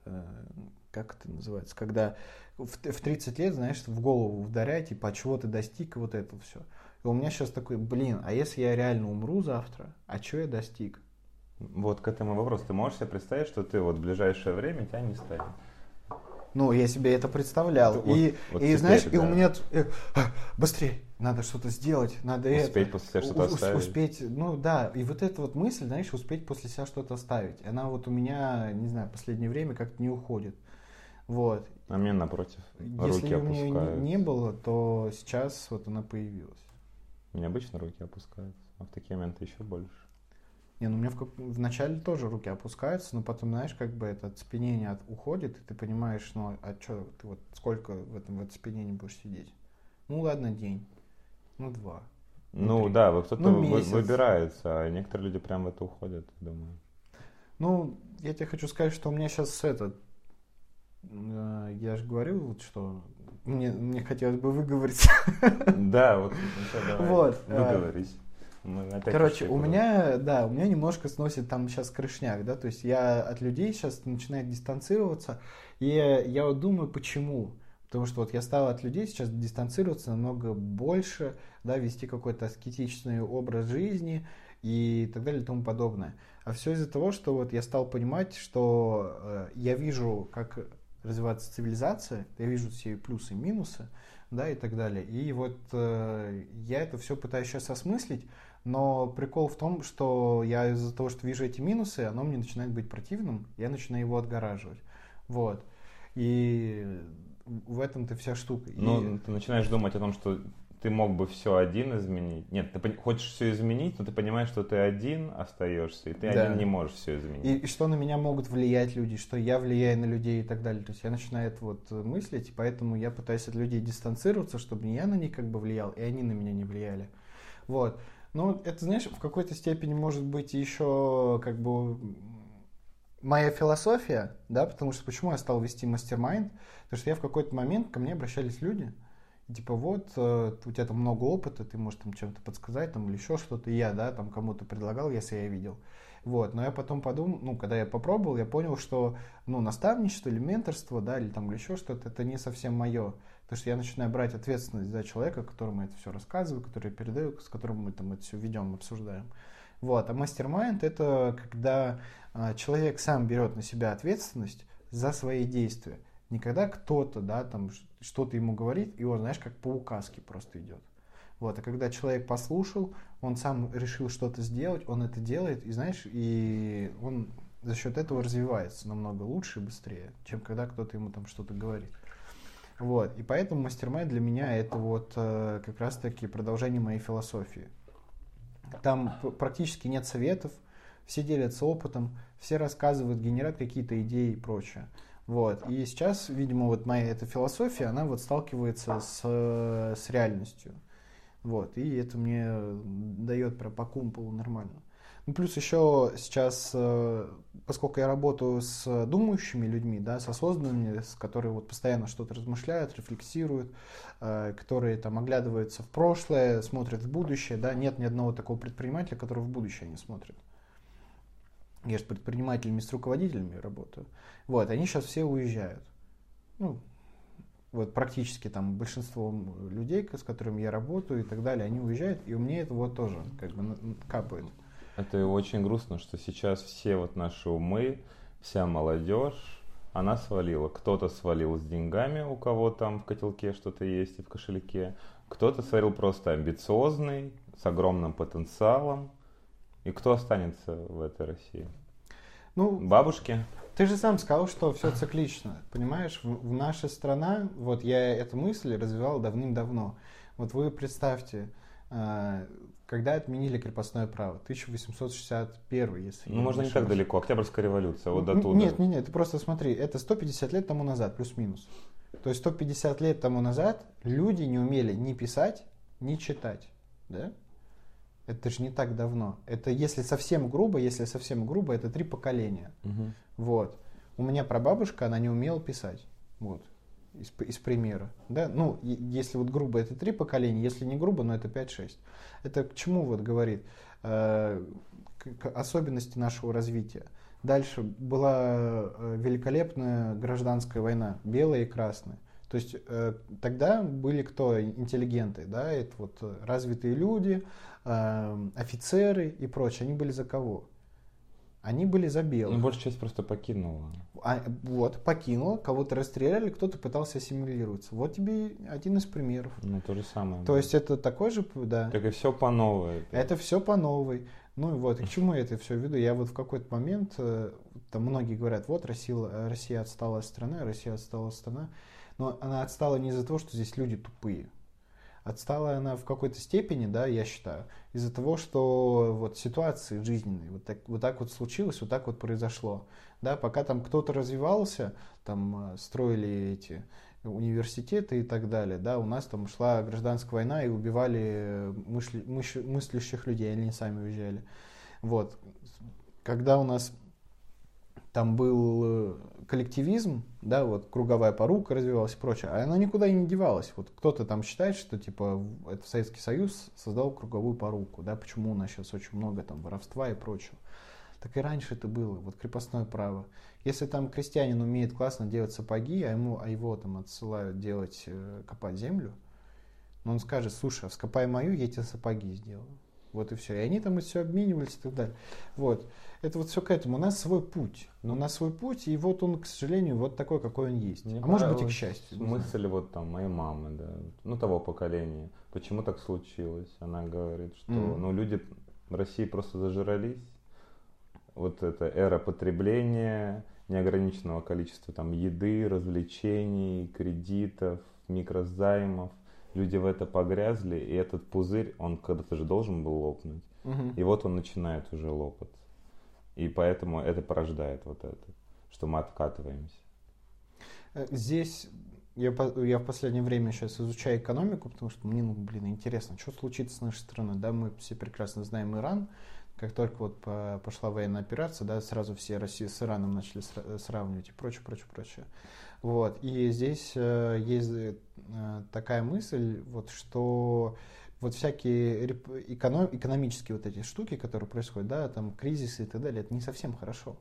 как это называется, когда в 30 лет, знаешь, в голову ударяет, типа, а чего ты достиг, и вот это все. И у меня сейчас такой, а если я реально умру завтра, а чего я достиг? Вот к этому вопросу. Ты можешь себе представить, что ты вот в ближайшее время тебя не станет? Ну, я себе это представлял. Вот и теперь, знаешь, да. и у меня быстрее, надо что-то сделать, надо успеть после себя что-то оставить. Успеть, ну да, и вот эта вот мысль, знаешь, успеть после себя что-то оставить. Она вот у меня, не знаю, в последнее время как-то не уходит. Вот. А мне напротив, Если руки у меня опускаются. не было, то сейчас вот она появилась. У меня обычно руки опускаются, а в такие моменты еще больше. Не, ну у меня вначале тоже руки опускаются, но потом, знаешь, как бы это оцепенение уходит, и ты понимаешь, ну а что, ты вот сколько в этом оцепенении будешь сидеть? Ну ладно, день, ну 2. Ну 3. да, кто-то месяц. выбирается, а некоторые люди прям в это уходят, думаю. Ну, я тебе хочу сказать, что у меня сейчас я же говорил, вот что мне хотелось бы выговориться. Да, вот Вот. выговорись. Короче, у меня немножко сносит там сейчас крышняк, да, то есть я от людей сейчас начинаю дистанцироваться, и я вот думаю, почему. Потому что вот я стал от людей сейчас дистанцироваться намного больше, да, вести какой-то аскетичный образ жизни и так далее и тому подобное. А все из-за того, что вот я стал понимать, что я вижу, как развивается цивилизация, я вижу все плюсы и минусы, да, и так далее. И вот я это все пытаюсь сейчас осмыслить, но прикол в том, что я из-за того, что вижу эти минусы, оно мне начинает быть противным, я начинаю его отгораживать. Вот. И в этом-то вся штука. Ну, ты начинаешь думать о том, что ты мог бы все один изменить. Нет, ты хочешь все изменить, но ты понимаешь, что ты один остаешься, и ты один не можешь все изменить. И что на меня могут влиять люди, что я влияю на людей и так далее. То есть я начинаю это вот мыслить, поэтому я пытаюсь от людей дистанцироваться, чтобы не я на них как бы влиял, и они на меня не влияли. Вот. Но это, знаешь, в какой-то степени может быть еще как бы моя философия, да, потому что почему я стал вести мастер-майнд, потому что я в какой-то момент, ко мне обращались люди, и типа вот, у тебя там много опыта, ты можешь там чем-то подсказать, там, или еще что-то, и я, да, там кому-то предлагал, если я видел. Вот, но я потом подумал, ну, когда я попробовал, я понял, что, ну, наставничество или менторство, да, или там, или еще что-то, это не совсем мое. Потому что я начинаю брать ответственность за человека, которому я это все рассказываю, который я передаю, с которым мы там это все ведем, обсуждаем. Вот. А мастер-майнд — это когда человек сам берет на себя ответственность за свои действия. Не когда кто-то, да, там что-то ему говорит, и он, знаешь, как по указке просто идет. Вот. А когда человек послушал, он сам решил что-то сделать, он это делает, и знаешь, и он за счет этого развивается намного лучше и быстрее, чем когда кто-то ему там что-то говорит. Вот. И поэтому мастер-майнд для меня это вот как раз-таки продолжение моей философии. Там практически нет советов, все делятся опытом, все рассказывают, генерят какие-то идеи и прочее. Вот. И сейчас, видимо, вот моя эта философия, она вот сталкивается с реальностью. Вот. И это мне дает прям по кумполу нормально. Ну, плюс еще сейчас, поскольку я работаю с думающими людьми, да, с осознанными, которые вот постоянно что-то размышляют, рефлексируют, которые там оглядываются в прошлое, смотрят в будущее, да, нет ни одного такого предпринимателя, который в будущее не смотрит. Я же с предпринимателями, с руководителями работаю. Вот, они сейчас все уезжают. Ну, вот практически там большинство людей, с которыми я работаю и так далее, они уезжают, и у меня это вот тоже как бы капает. Это очень грустно, что сейчас все вот наши умы, вся молодежь, она свалила. Кто-то свалил с деньгами, у кого там в котелке что-то есть и в кошельке. Кто-то свалил просто амбициозный, с огромным потенциалом. И кто останется в этой России? Ну, бабушки? Ты же сам сказал, что все циклично. Понимаешь, в наша страна, вот я эту мысль развивал давным-давно. Вот вы представьте, когда отменили крепостное право? 1861, если Ну, можно не так далеко. Октябрьская революция, вот до туда. Нет, ты просто смотри, это 150 лет тому назад, плюс-минус. То есть 150 лет тому назад люди не умели ни писать, ни читать. Да? Это же не так давно. Это если совсем грубо, это 3 поколения. Угу. Вот. У меня прабабушка, она не умела писать. Вот. Из примера. Да? Ну, если вот грубо, это 3 поколения, если не грубо, но это 5-6. Это к чему вот говорит? К особенности нашего развития. Дальше была великолепная гражданская война, белая и красная. То есть тогда были кто? Интеллигенты, да, это вот развитые люди, офицеры и прочее. Они были за кого? Они были за белых. Ну, большая часть просто покинула. Вот, покинула, кого-то расстреляли, кто-то пытался ассимилироваться. Вот тебе один из примеров. Ну, то же самое. То есть это такой же, да. Как и все по новой. Это все по новой. Ну и вот, к чему я это все веду? Я вот в какой-то момент, там многие говорят, вот Россия отсталая страна, Россия отсталая страна. Но она отстала не из-за того, что здесь люди тупые. Отстала она в какой-то степени, да, я считаю, из-за того, что вот ситуации жизненные, вот так вот случилось, вот так вот произошло. Да, пока там кто-то развивался, там строили эти университеты и так далее, да, у нас там шла гражданская война и убивали мыслящих людей, они сами уезжали. Вот. Когда у нас там был коллективизм, да, вот круговая порука развивалась и прочее, а она никуда и не девалась. Вот кто-то там считает, что типа это Советский Союз создал круговую поруку, да, почему у нас сейчас очень много там воровства и прочего. Так и раньше это было, вот крепостное право. Если там крестьянин умеет классно делать сапоги, а его там отсылают делать, копать землю, но он скажет, слушай, вскопай мою, я тебе сапоги сделаю. Вот и все. И они там все обменивались и так далее. Вот. Это вот все к этому. У нас свой путь. У нас свой путь, и вот он, к сожалению, вот такой, какой он есть. Мне может быть и к счастью. Мысль вот там моей мамы, да, ну того поколения. Почему так случилось? Она говорит, что ну, люди в России просто зажрались. Вот эта эра потребления, неограниченного количества там еды, развлечений, кредитов, микрозаймов. Люди в это погрязли, и этот пузырь, он когда-то же должен был лопнуть. И вот он начинает уже лопаться. И поэтому это порождает вот это, что мы откатываемся. Здесь я в последнее время сейчас изучаю экономику, потому что мне, интересно, что случится с нашей страной. Да, мы все прекрасно знаем Иран. Как только вот пошла военная операция, да, сразу все Россию с Ираном начали сравнивать и прочее. Вот. И здесь есть такая мысль, вот, что вот всякие экономические вот эти штуки, которые происходят, да, там кризисы и так далее, это не совсем хорошо.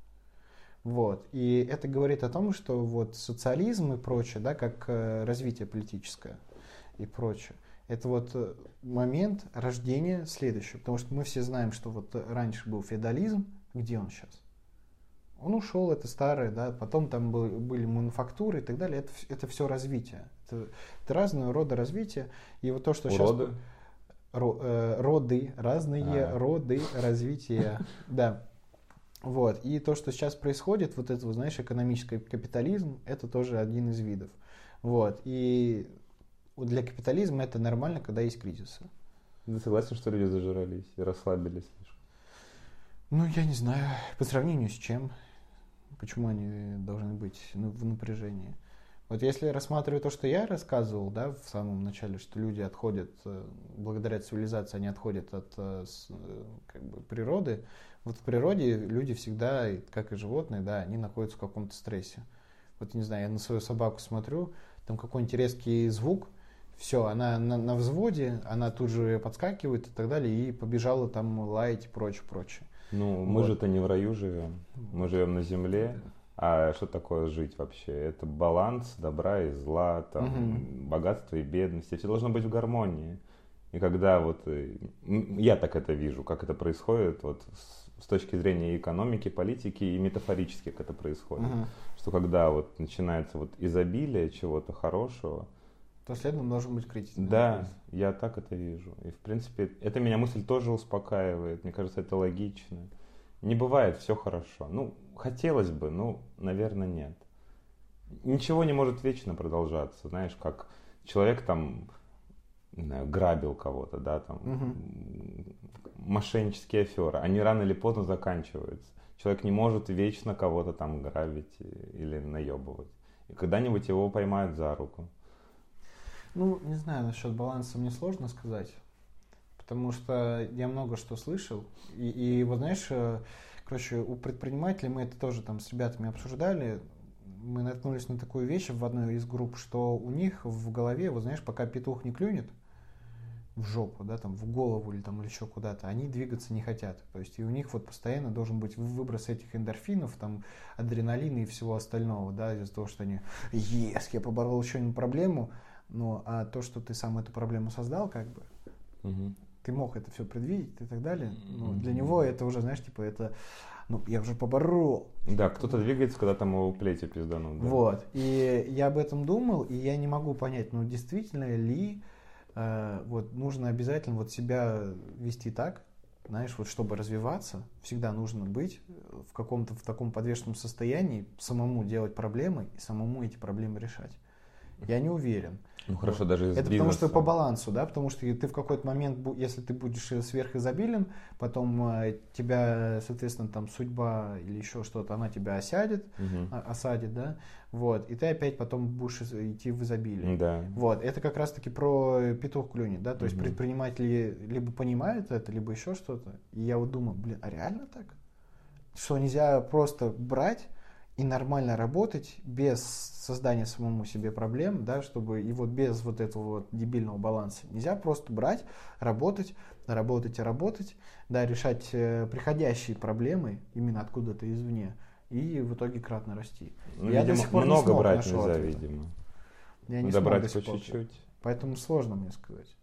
Вот. И это говорит о том, что вот социализм и прочее, да, как развитие политическое и прочее, это вот момент рождения следующего. Потому что мы все знаем, что вот раньше был феодализм, где он сейчас? Он ушел, это старое, да, потом там были мануфактуры и так далее. Это все развитие. Это разного рода развитие. И вот то, что Уроды? сейчас... Роды, разные роды развития. Да. Вот. И то, что сейчас происходит, вот это, знаешь, экономический капитализм, это тоже один из видов. Вот. И вот для капитализма это нормально, когда есть кризисы. Ты согласен, что люди зажрались и расслабились слишком? Ну, я не знаю, по сравнению с чем, почему они должны быть в напряжении. Вот если рассматривать то, что я рассказывал, да, в самом начале, что люди отходят, благодаря цивилизации, они отходят от как бы, природы. Вот в природе люди всегда, как и животные, да, они находятся в каком-то стрессе. Вот, не знаю, я на свою собаку смотрю, там какой-нибудь резкий звук, все, она на взводе, она тут же подскакивает и так далее, и побежала там лаять и прочее, прочее. Ну, мы Вот. же-то не в раю живем. Мы живем на земле. А что такое жить вообще? Это баланс добра и зла, там, богатства и бедности. Все должно быть в гармонии. И когда вот я так это вижу, как это происходит вот с точки зрения экономики, политики и метафорически, как это происходит. Что когда вот начинается вот изобилие чего-то хорошего, То следом должен быть кризис. да, я так это вижу. И, в принципе, эта меня мысль тоже успокаивает. Мне кажется, это логично. Не бывает все хорошо. Ну, хотелось бы, но, наверное, нет. Ничего не может вечно продолжаться. Знаешь, как человек там, не знаю, грабил кого-то, да, там, мошеннические аферы. Они рано или поздно заканчиваются. Человек не может вечно кого-то там грабить или наебывать. И когда-нибудь его поймают за руку. Ну, не знаю, насчет баланса мне сложно сказать, потому что я много что слышал. И вот знаешь, короче, у предпринимателей мы это тоже там с ребятами обсуждали. Мы наткнулись на такую вещь в одной из групп, что у них в голове, вот знаешь, пока петух не клюнет в жопу, да, там, в голову или там или еще куда-то, они двигаться не хотят. То есть и у них вот постоянно должен быть выброс этих эндорфинов, там, адреналина и всего остального, да, из-за того, что они, я поборол еще одну проблему, ну, а то, что ты сам эту проблему создал, как бы, ты мог это все предвидеть и так далее, ну, для него это уже, знаешь, типа, это, ну, я уже поборол. Да, кто-то двигается, когда там его плетью пизданут. Да. Вот, и я об этом думал, и я не могу понять, ну, действительно ли вот нужно обязательно вот себя вести так, знаешь, вот чтобы развиваться, всегда нужно быть в каком-то в таком подвешенном состоянии, самому делать проблемы и самому эти проблемы решать. Я не уверен. Ну хорошо, даже из Это бизнеса. потому что по балансу, да, потому что ты в какой-то момент, если ты будешь сверхизобилен, потом тебя, соответственно, там судьба или еще что-то, она тебя осадит, да, вот, и ты опять потом будешь идти в изобилие. Да. Вот, это как раз-таки про петух клюнет, да, то есть предприниматели либо понимают это, либо еще что-то, и я вот думаю, блин, а реально так? Что нельзя просто брать и нормально работать без создания самому себе проблем, да, чтобы и вот без вот этого вот дебильного баланса. Нельзя просто брать, работать, да, решать приходящие проблемы именно откуда-то извне и в итоге кратно расти. Ну, я видимо, до сих пор много не смог брать нашего нельзя, ответа. видимо. Я не Надо смог брать до по сих пор. чуть-чуть. Поэтому сложно мне сказать.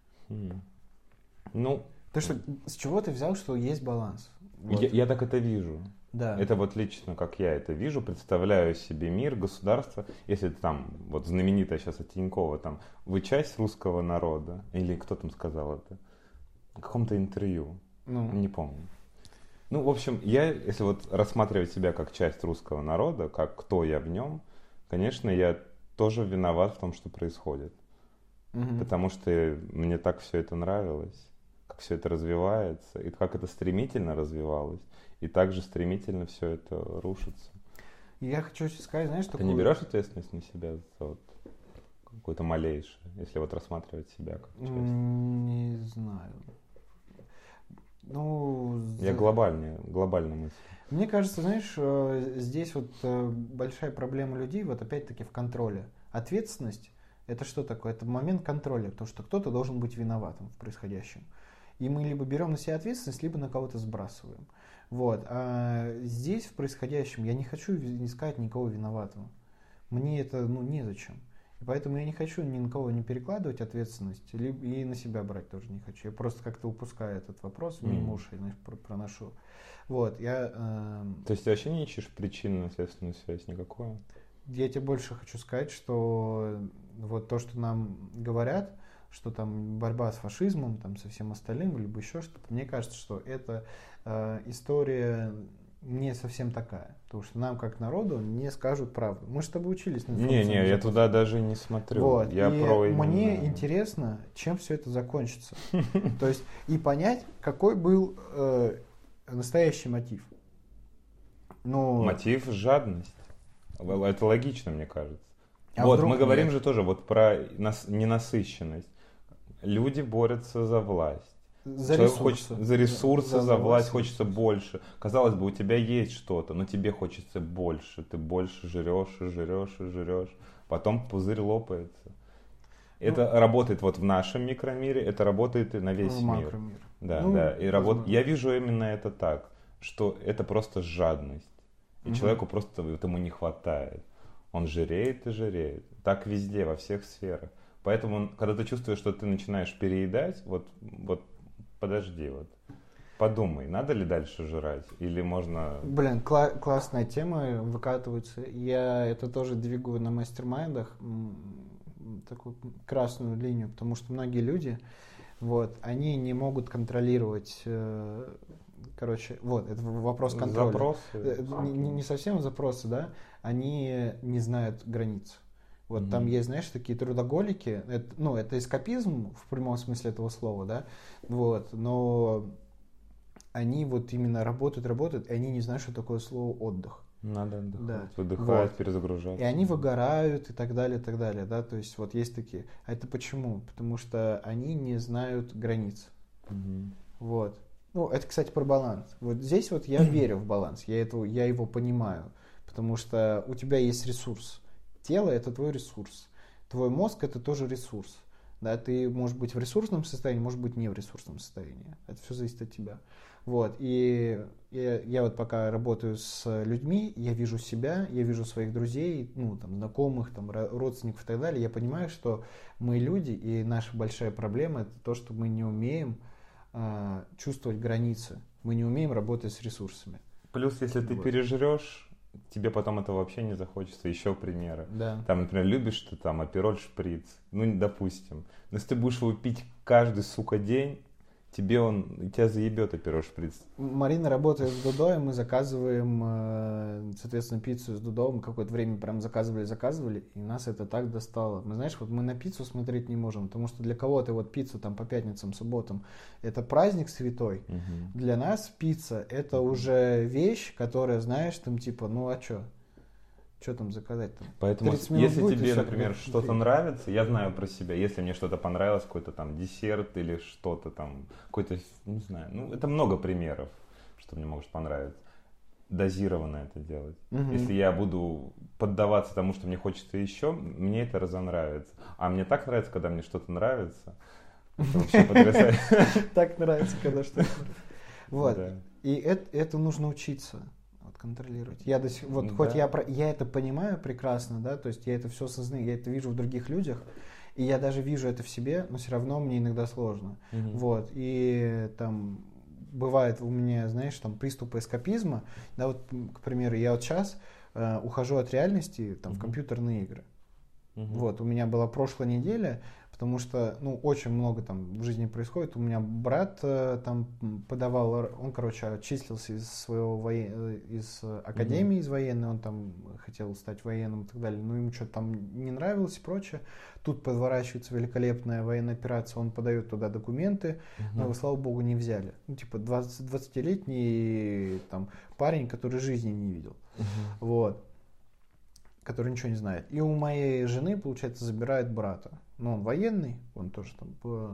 Ну, Ты что, с чего ты взял, что есть баланс? Вот. я так это вижу. Да. Это вот лично, как я это вижу, представляю себе мир, государство. Если там, вот знаменитая сейчас от Тинькова, там, вы часть русского народа, или кто там сказал это? В каком-то интервью, не помню. Ну, в общем, я, если вот рассматривать себя как часть русского народа, как кто я в нем, конечно, я тоже виноват в том, что происходит. Потому что мне так все это нравилось, как все это развивается, и как это стремительно развивалось, и также стремительно все это рушится. Я хочу сказать, знаешь, Ты не берешь ответственность на себя за вот какое-то малейшее, если вот рассматривать себя как часть? Не знаю. Ну, Я глобальная мысль. Мне кажется, знаешь, здесь вот большая проблема людей, вот опять-таки в контроле. Ответственность — это что такое? Это момент контроля, то, что кто-то должен быть виноватым в происходящем. И мы либо берем на себя ответственность, либо на кого-то сбрасываем. Вот. А здесь в происходящем я не хочу искать никого виноватого. Мне это незачем. И поэтому я не хочу ни на кого не перекладывать ответственность, и на себя брать тоже не хочу. Я просто как-то упускаю этот вопрос, мимо ушей, знаешь, проношу. Вот, То есть ты вообще не ищешь причинно-следственную связь никакую? Я тебе больше хочу сказать, что вот то, что нам говорят, что там борьба с фашизмом, там, со всем остальным, либо еще что-то, мне кажется, что это история не совсем такая. Потому что нам, как народу, не скажут правду. Мы же с тобой учились на Не, я туда даже не смотрю. Вот. Я и про мне именно... интересно, чем все это закончится. То есть, и понять, какой был настоящий мотив. Ну, Мотив — жадность. Это логично, мне кажется. А вот, вдруг мы говорим нет? же тоже вот про ненасыщенность. Люди борются за власть. За Человек ресурсы. хочет за ресурсы, за власть, власть. хочется больше. Казалось бы, у тебя есть что-то, но тебе хочется больше. Ты больше жрешь и жрешь и жрешь. Потом пузырь лопается. Это работает вот в нашем микромире, это работает и на весь в мир. макромир. Да, Ну, да. И возможно. Я вижу именно это так, что это просто жадность. И человеку просто этому не хватает. Он жиреет и жиреет. Так везде, во всех сферах. Поэтому, когда ты чувствуешь, что ты начинаешь переедать, вот подожди, вот подумай, надо ли дальше жрать, или можно... Блин, классная тема, выкатывается. Я это тоже двигаю на мастер-майндах, такую красную линию, потому что многие люди, вот, они не могут контролировать, короче, вот, это вопрос контроля. Запросы. Не совсем запросы, да, они не знают границ. Вот там есть, знаешь, такие трудоголики, это эскапизм в прямом смысле этого слова, да, вот, но они вот именно работают, и они не знают, что такое слово отдых. Надо отдыхать, Да. выдыхать, Вот. перезагружаться. И они выгорают и так далее, да, то есть вот есть такие. А это почему? Потому что они не знают границ. Вот. Ну, это, кстати, про баланс. Вот здесь вот я верю в баланс, я его понимаю, потому что у тебя есть ресурс. Тело — это твой ресурс. Твой мозг — это тоже ресурс. Да, ты можешь быть в ресурсном состоянии, может быть не в ресурсном состоянии. Это все зависит от тебя. Вот. И я вот пока работаю с людьми, я вижу себя, я вижу своих друзей, знакомых, родственников и так далее. Я понимаю, что мы люди, и наша большая проблема — это то, что мы не умеем чувствовать границы. Мы не умеем работать с ресурсами. Плюс, если ты пережрешь, тебе потом этого вообще не захочется. Еще примеры. Да. Там, например, любишь ты там апероль шприц. Ну, допустим. Но если ты будешь его пить каждый, день, тебя заебет апероль шприц. Марина работает с Дудой, мы заказываем, соответственно, пиццу с Дудой. Мы какое-то время прям заказывали, и нас это так достало. Мы, знаешь, вот мы на пиццу смотреть не можем, потому что для кого-то вот пиццу там по пятницам, субботам это праздник святой. Для нас пицца это уже вещь, которая, знаешь, там типа, ну а чё? Что там заказать-то? Поэтому, если тебе, например, что-то нравится, я знаю про себя, если мне что-то понравилось, какой-то там десерт или что-то там, какой-то, не знаю, это много примеров, что мне может понравиться. Дозированно это делать. Если я буду поддаваться тому, что мне хочется еще, мне это разонравится. А мне так нравится, когда мне что-то нравится. Это вообще потрясающе. Так нравится, когда что-то нравится. Вот. И это нужно учиться. Контролировать. Я хоть я это понимаю прекрасно, да, то есть я это все осознаю, я это вижу в других людях, и я даже вижу это в себе, но все равно мне иногда сложно. Вот. И там бывает у меня, знаешь, там приступы эскапизма, да, вот, к примеру, я вот сейчас ухожу от реальности там, в компьютерные игры. Вот, у меня была прошлая неделя, потому что, очень много там в жизни происходит. У меня брат там подавал, он, отчислился из академии, из военной, он там хотел стать военным и так далее, но ему что-то там не нравилось и прочее. Тут подворачивается великолепная военная операция, он подает туда документы, но его, слава богу, не взяли. 20-летний там парень, который жизни не видел. Вот. Который ничего не знает. И у моей жены, получается, забирает брата. Но он военный, он тоже там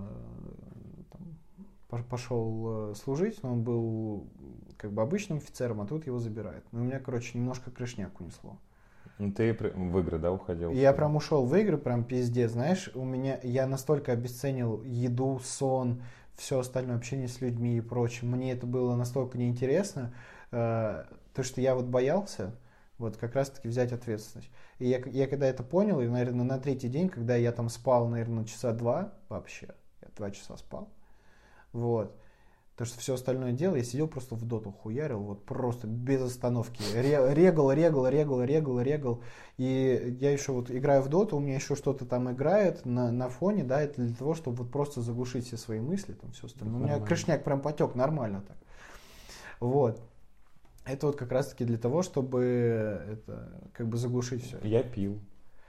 пошел служить, но он был как бы обычным офицером, а тут его забирают. Но у меня, немножко крышняк унесло. Ты в игры, да, уходил? Я прям ушел в игры, прям пиздец, знаешь, я настолько обесценил еду, сон, все остальное общение с людьми и прочее. Мне это было настолько неинтересно, то, что я вот боялся, вот как раз-таки взять ответственность. И я когда это понял, и, наверное, на третий день, когда я там спал, наверное, часа 2 вообще, я 2 часа спал, вот, то, что все остальное дело, я сидел просто в доту хуярил, вот просто без остановки, регал, и я еще вот играю в доту, у меня еще что-то там играет на фоне, да, это для того, чтобы вот просто заглушить все свои мысли, там все остальное. У меня крышняк прям потек нормально так, вот. Это вот как раз-таки для того, чтобы это, как бы заглушить все. Я пил.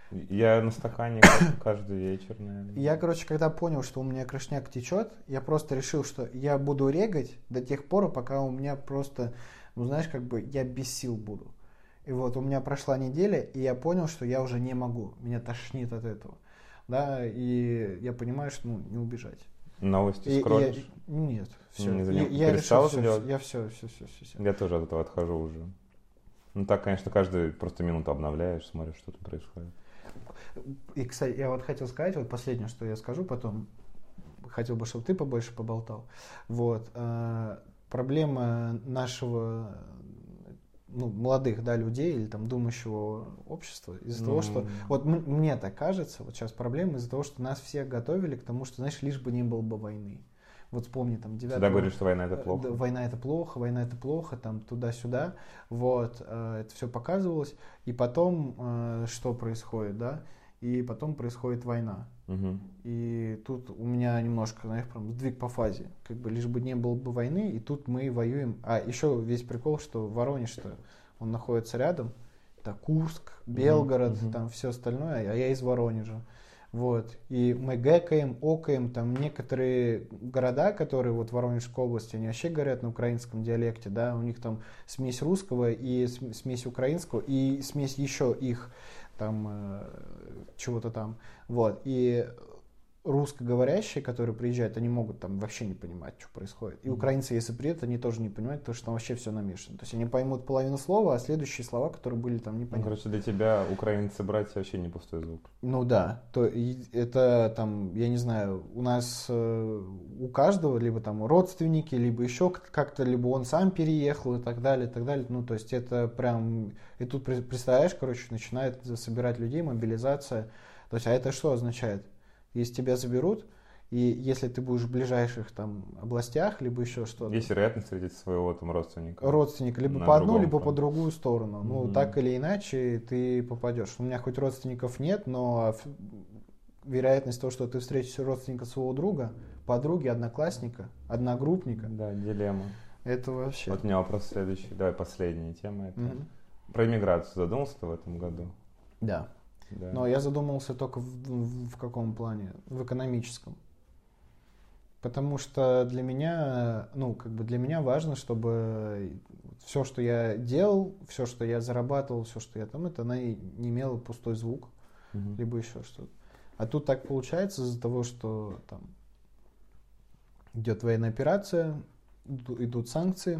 Я на стакане каждый вечер, наверное. Я, короче, когда понял, что у меня крышняк течет, я просто решил, что я буду регать до тех пор, пока у меня просто, ну знаешь, как бы я без сил буду. И вот у меня прошла неделя, и я понял, что я уже не могу. Меня тошнит от этого. Да, и я понимаю, что ну, не убежать. Новости скроллишь? Нет, все. Я перестал решил, делать? я все. Я тоже от этого отхожу уже. Ну так, конечно, каждую просто минуту обновляешь, смотришь, что там происходит. И, кстати, я вот хотел сказать, вот последнее, что я скажу, потом хотел бы, чтобы ты побольше поболтал. Вот. Проблема нашего молодых, да, людей или там думающего общества из-за того, что вот мне так кажется, вот сейчас проблема из-за того, что нас всех готовили к тому, что, знаешь, лишь бы не было бы войны. Вот вспомни там 9. Всегда говоришь, что война это плохо. Война это плохо, там туда-сюда. Вот, это все показывалось. И потом что происходит, да? И потом происходит война. Угу. И тут у меня немножко, знаешь, прям сдвиг по фазе. Как бы лишь бы не было бы войны, и тут мы воюем. А еще весь прикол, что Воронеж-то, он находится рядом. Это Курск, Белгород, там все остальное, а я из Воронежа. Вот. И мы гэкаем, окаем, там некоторые города, которые вот в Воронежской области, они вообще говорят на украинском диалекте, да, у них там смесь русского и смесь украинского, и смесь еще их там чего-то там. Вот. И русскоговорящие, которые приезжают, они могут там вообще не понимать, что происходит. И украинцы, если приедут, они тоже не понимают, потому что там вообще все намешано. То есть они поймут половину слова, а следующие слова, которые были там, не Ну, понятны. короче, для тебя украинцы-братья вообще не пустой звук. Ну да, то это там, я не знаю, у нас у каждого либо там родственники, либо еще как-то, либо он сам переехал и так далее, и так далее. Ну, то есть это прям, и тут, представляешь, короче, начинает собирать людей, мобилизация. То есть, а это что означает? Если тебя заберут, и если ты будешь в ближайших там областях, либо еще что-то. Есть вероятность встретить своего там родственника. Родственника, либо по одну, либо по другую сторону. Ну, так или иначе ты попадешь. У меня хоть родственников нет, но вероятность того, что ты встретишь родственника своего друга, подруги, одноклассника, одногруппника. Да, дилемма. Это вообще. Вот у меня вопрос следующий. Давай, последняя тема. Это про иммиграцию задумался ты в этом году? Да. Да. Но я задумался только в каком плане? В экономическом. Потому что для меня, ну, как бы для меня важно, чтобы все, что я делал, все, что я зарабатывал, все, что я там, это она не имела пустой звук, либо еще что-то. А тут так получается из-за того, что там идет военная операция, идут санкции,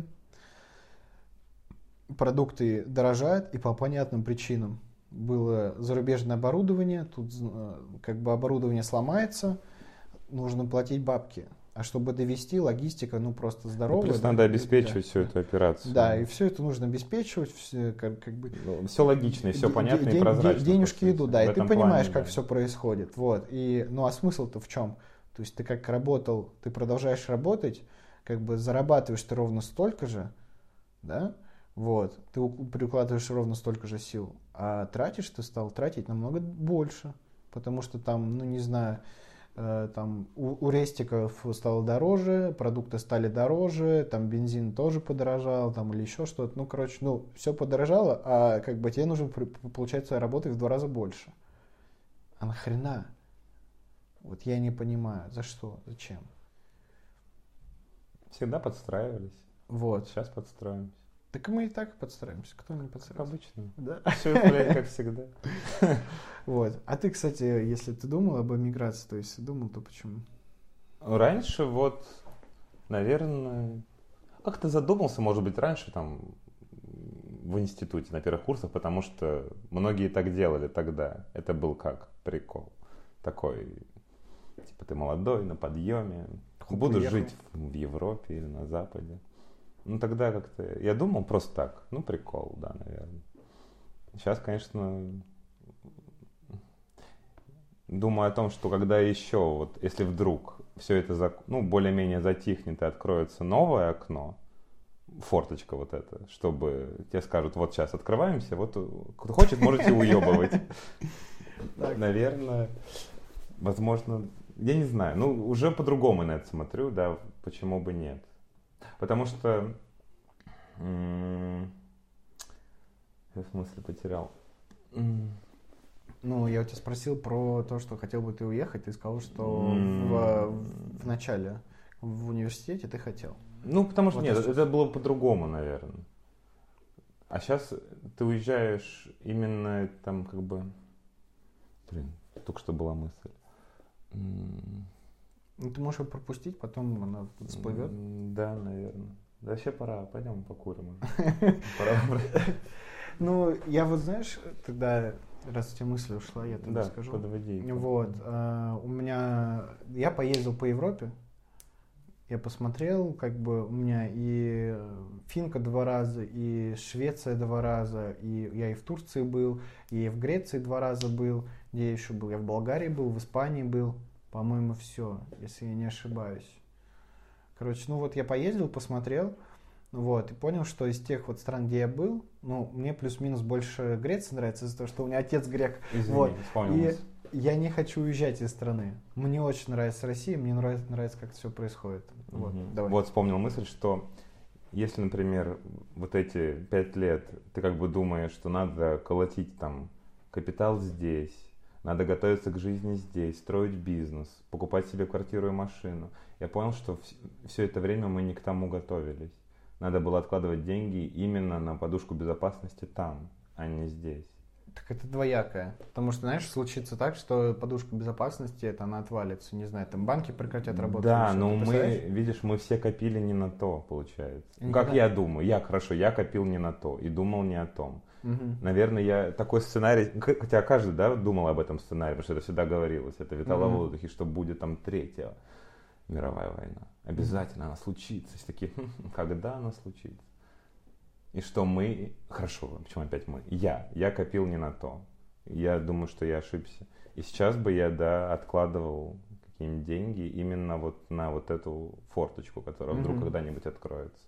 продукты дорожают, и по понятным причинам. Было зарубежное оборудование, тут как бы оборудование сломается, нужно платить бабки. А чтобы довести, логистика, ну просто здоровая. Плюс надо обеспечивать всю эту операцию. Да, и все это нужно обеспечивать. Все, как бы, все логично, и все понятно и прозрачно. Денежки идут, да, и ты понимаешь, как да. все происходит. Вот. И, ну а смысл-то в чем? То есть ты как работал, ты продолжаешь работать, как бы зарабатываешь ты ровно столько же, да? Вот, ты прикладываешь ровно столько же сил, а тратишь ты стал тратить намного больше, потому что там, ну не знаю, там у рестиков стало дороже, продукты стали дороже, там бензин тоже подорожал, там или еще что-то, ну короче, ну все подорожало, а как бы тебе нужно, получается, работать в 2 раза больше. А нахрена? Вот я не понимаю, за что, зачем? Всегда подстраивались. Вот. Сейчас подстроимся. Так мы и так подстраиваемся. Кто не подстраивается? Обычно. Да. Все, блядь, как всегда. Вот. А ты, кстати, если ты думал об эмиграции, то есть думал, то почему? Раньше вот, наверное, как-то задумался, может быть, раньше там в институте на первых курсах, потому что многие так делали тогда. Это был как прикол. Такой, типа ты молодой, на подъеме. Буду жить в Европе или на Западе. Ну, тогда как-то... Я думал просто так. Ну, прикол, да, наверное. Сейчас, конечно, думаю о том, что когда еще, вот, если вдруг все это, ну, более-менее затихнет и откроется новое окно, форточка вот эта, чтобы тебе скажут, вот сейчас открываемся, вот кто хочет, можете уебывать. Наверное, возможно, я не знаю. Ну, уже по-другому на это смотрю, да, почему бы нет. Потому что Я в смысле потерял. Ну, я у тебя спросил про то, что хотел бы ты уехать, ты сказал, что в начале в университете ты хотел. Ну, потому что Вот нет, сейчас. это было по-другому, наверное. А сейчас ты уезжаешь именно там как бы... Блин, только что была мысль. Ну, ты можешь ее пропустить, потом она всплывет. Да, наверное. Да вообще пора, пойдем покурим. Пора. Ну, я вот, знаешь, тогда, раз у тебя мысль ушла, я тогда скажу. Подводи. Вот, у меня, я поездил по Европе, я посмотрел, как бы у меня и Финка 2 раза, и Швеция 2 раза, и я и в Турции был, и в Греции 2 раза был, где я еще был, я в Болгарии был, в Испании был, по-моему, все, если я не ошибаюсь. Короче, ну вот я поездил, посмотрел, вот, и понял, что из тех вот стран, где я был, ну, мне плюс-минус больше Греция нравится из-за того, что у меня отец грек. Извини, вот. вспомнил. И я не хочу уезжать из страны. Мне очень нравится Россия, мне нравится, как все происходит. Вот, давай. Вот вспомнил мысль, что если, например, вот эти 5 лет ты как бы думаешь, что надо колотить там капитал здесь, надо готовиться к жизни здесь, строить бизнес, покупать себе квартиру и машину. Я понял, что все это время мы не к тому готовились. Надо было откладывать деньги именно на подушку безопасности там, а не здесь. Так это двоякое. Потому что, знаешь, случится так, что подушка безопасности, это она отвалится. Не знаю, там банки прекратят работать. Да, но мы, видишь, мы все копили не на то, получается. Как я думаю. Я копил не на то и думал не о том. Наверное, я такой сценарий, хотя каждый, да, думал об этом сценарии, потому что это всегда говорилось, это витало в воздухе, что будет там 3-я мировая война. Обязательно она случится. И такие, когда она случится? И что мы... Хорошо, почему опять мы? Я копил не на то. Я думаю, что я ошибся. И сейчас бы я, да, откладывал какие-нибудь деньги именно вот на вот эту форточку, которая вдруг когда-нибудь откроется.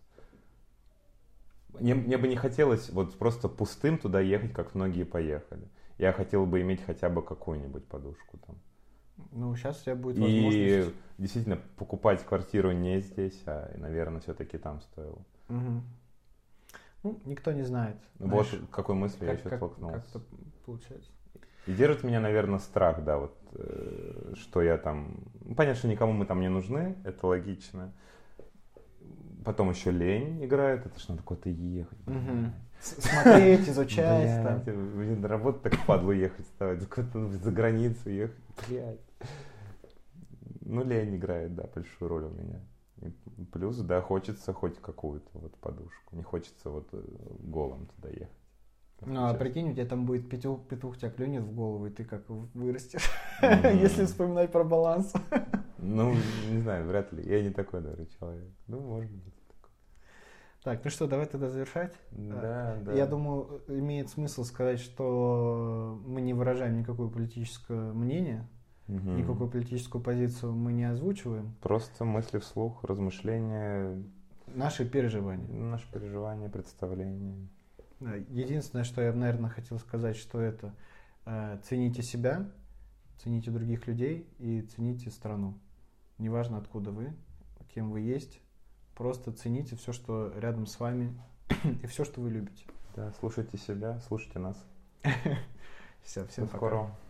Мне бы не хотелось вот просто пустым туда ехать, как многие поехали. Я хотел бы иметь хотя бы какую-нибудь подушку там. Ну, сейчас у тебя будет возможность... И действительно покупать квартиру не здесь, а, наверное, все-таки там стоило. Ну, никто не знает. Вот знаешь, к какой мысли я еще столкнулся. Как-то получается. И держит меня, наверное, страх, да, вот, что я там... Ну, понятно, что никому мы там не нужны, это логично. Потом еще лень играет, это ж надо куда-то ехать. Смотреть, изучать. Блядь, блин, на работу так впадло ехать, куда-то за границу ехать, блядь. Ну, лень играет, да, большую роль у меня. И плюс, да, хочется хоть какую-то вот подушку. Не хочется вот голым туда ехать. Ну, а прикинь, у тебя там будет петух тебя клюнет в голову, и ты как вырастешь, если вспоминать про баланс. Ну, не знаю, вряд ли. Я не такой, наверное, человек. Ну, может быть. Так, ну что, давай тогда завершать. Да. Я думаю, имеет смысл сказать, что мы не выражаем никакое политическое мнение, никакую политическую позицию мы не озвучиваем. Просто мысли вслух, размышления. Наши переживания. Наши переживания, представления. Единственное, что я, наверное, хотел сказать, что это цените себя, цените других людей и цените страну. Неважно, откуда вы, кем вы есть. Просто цените все, что рядом с вами, и все, что вы любите. Да, слушайте себя, слушайте нас. Все, всем До пока. скорого.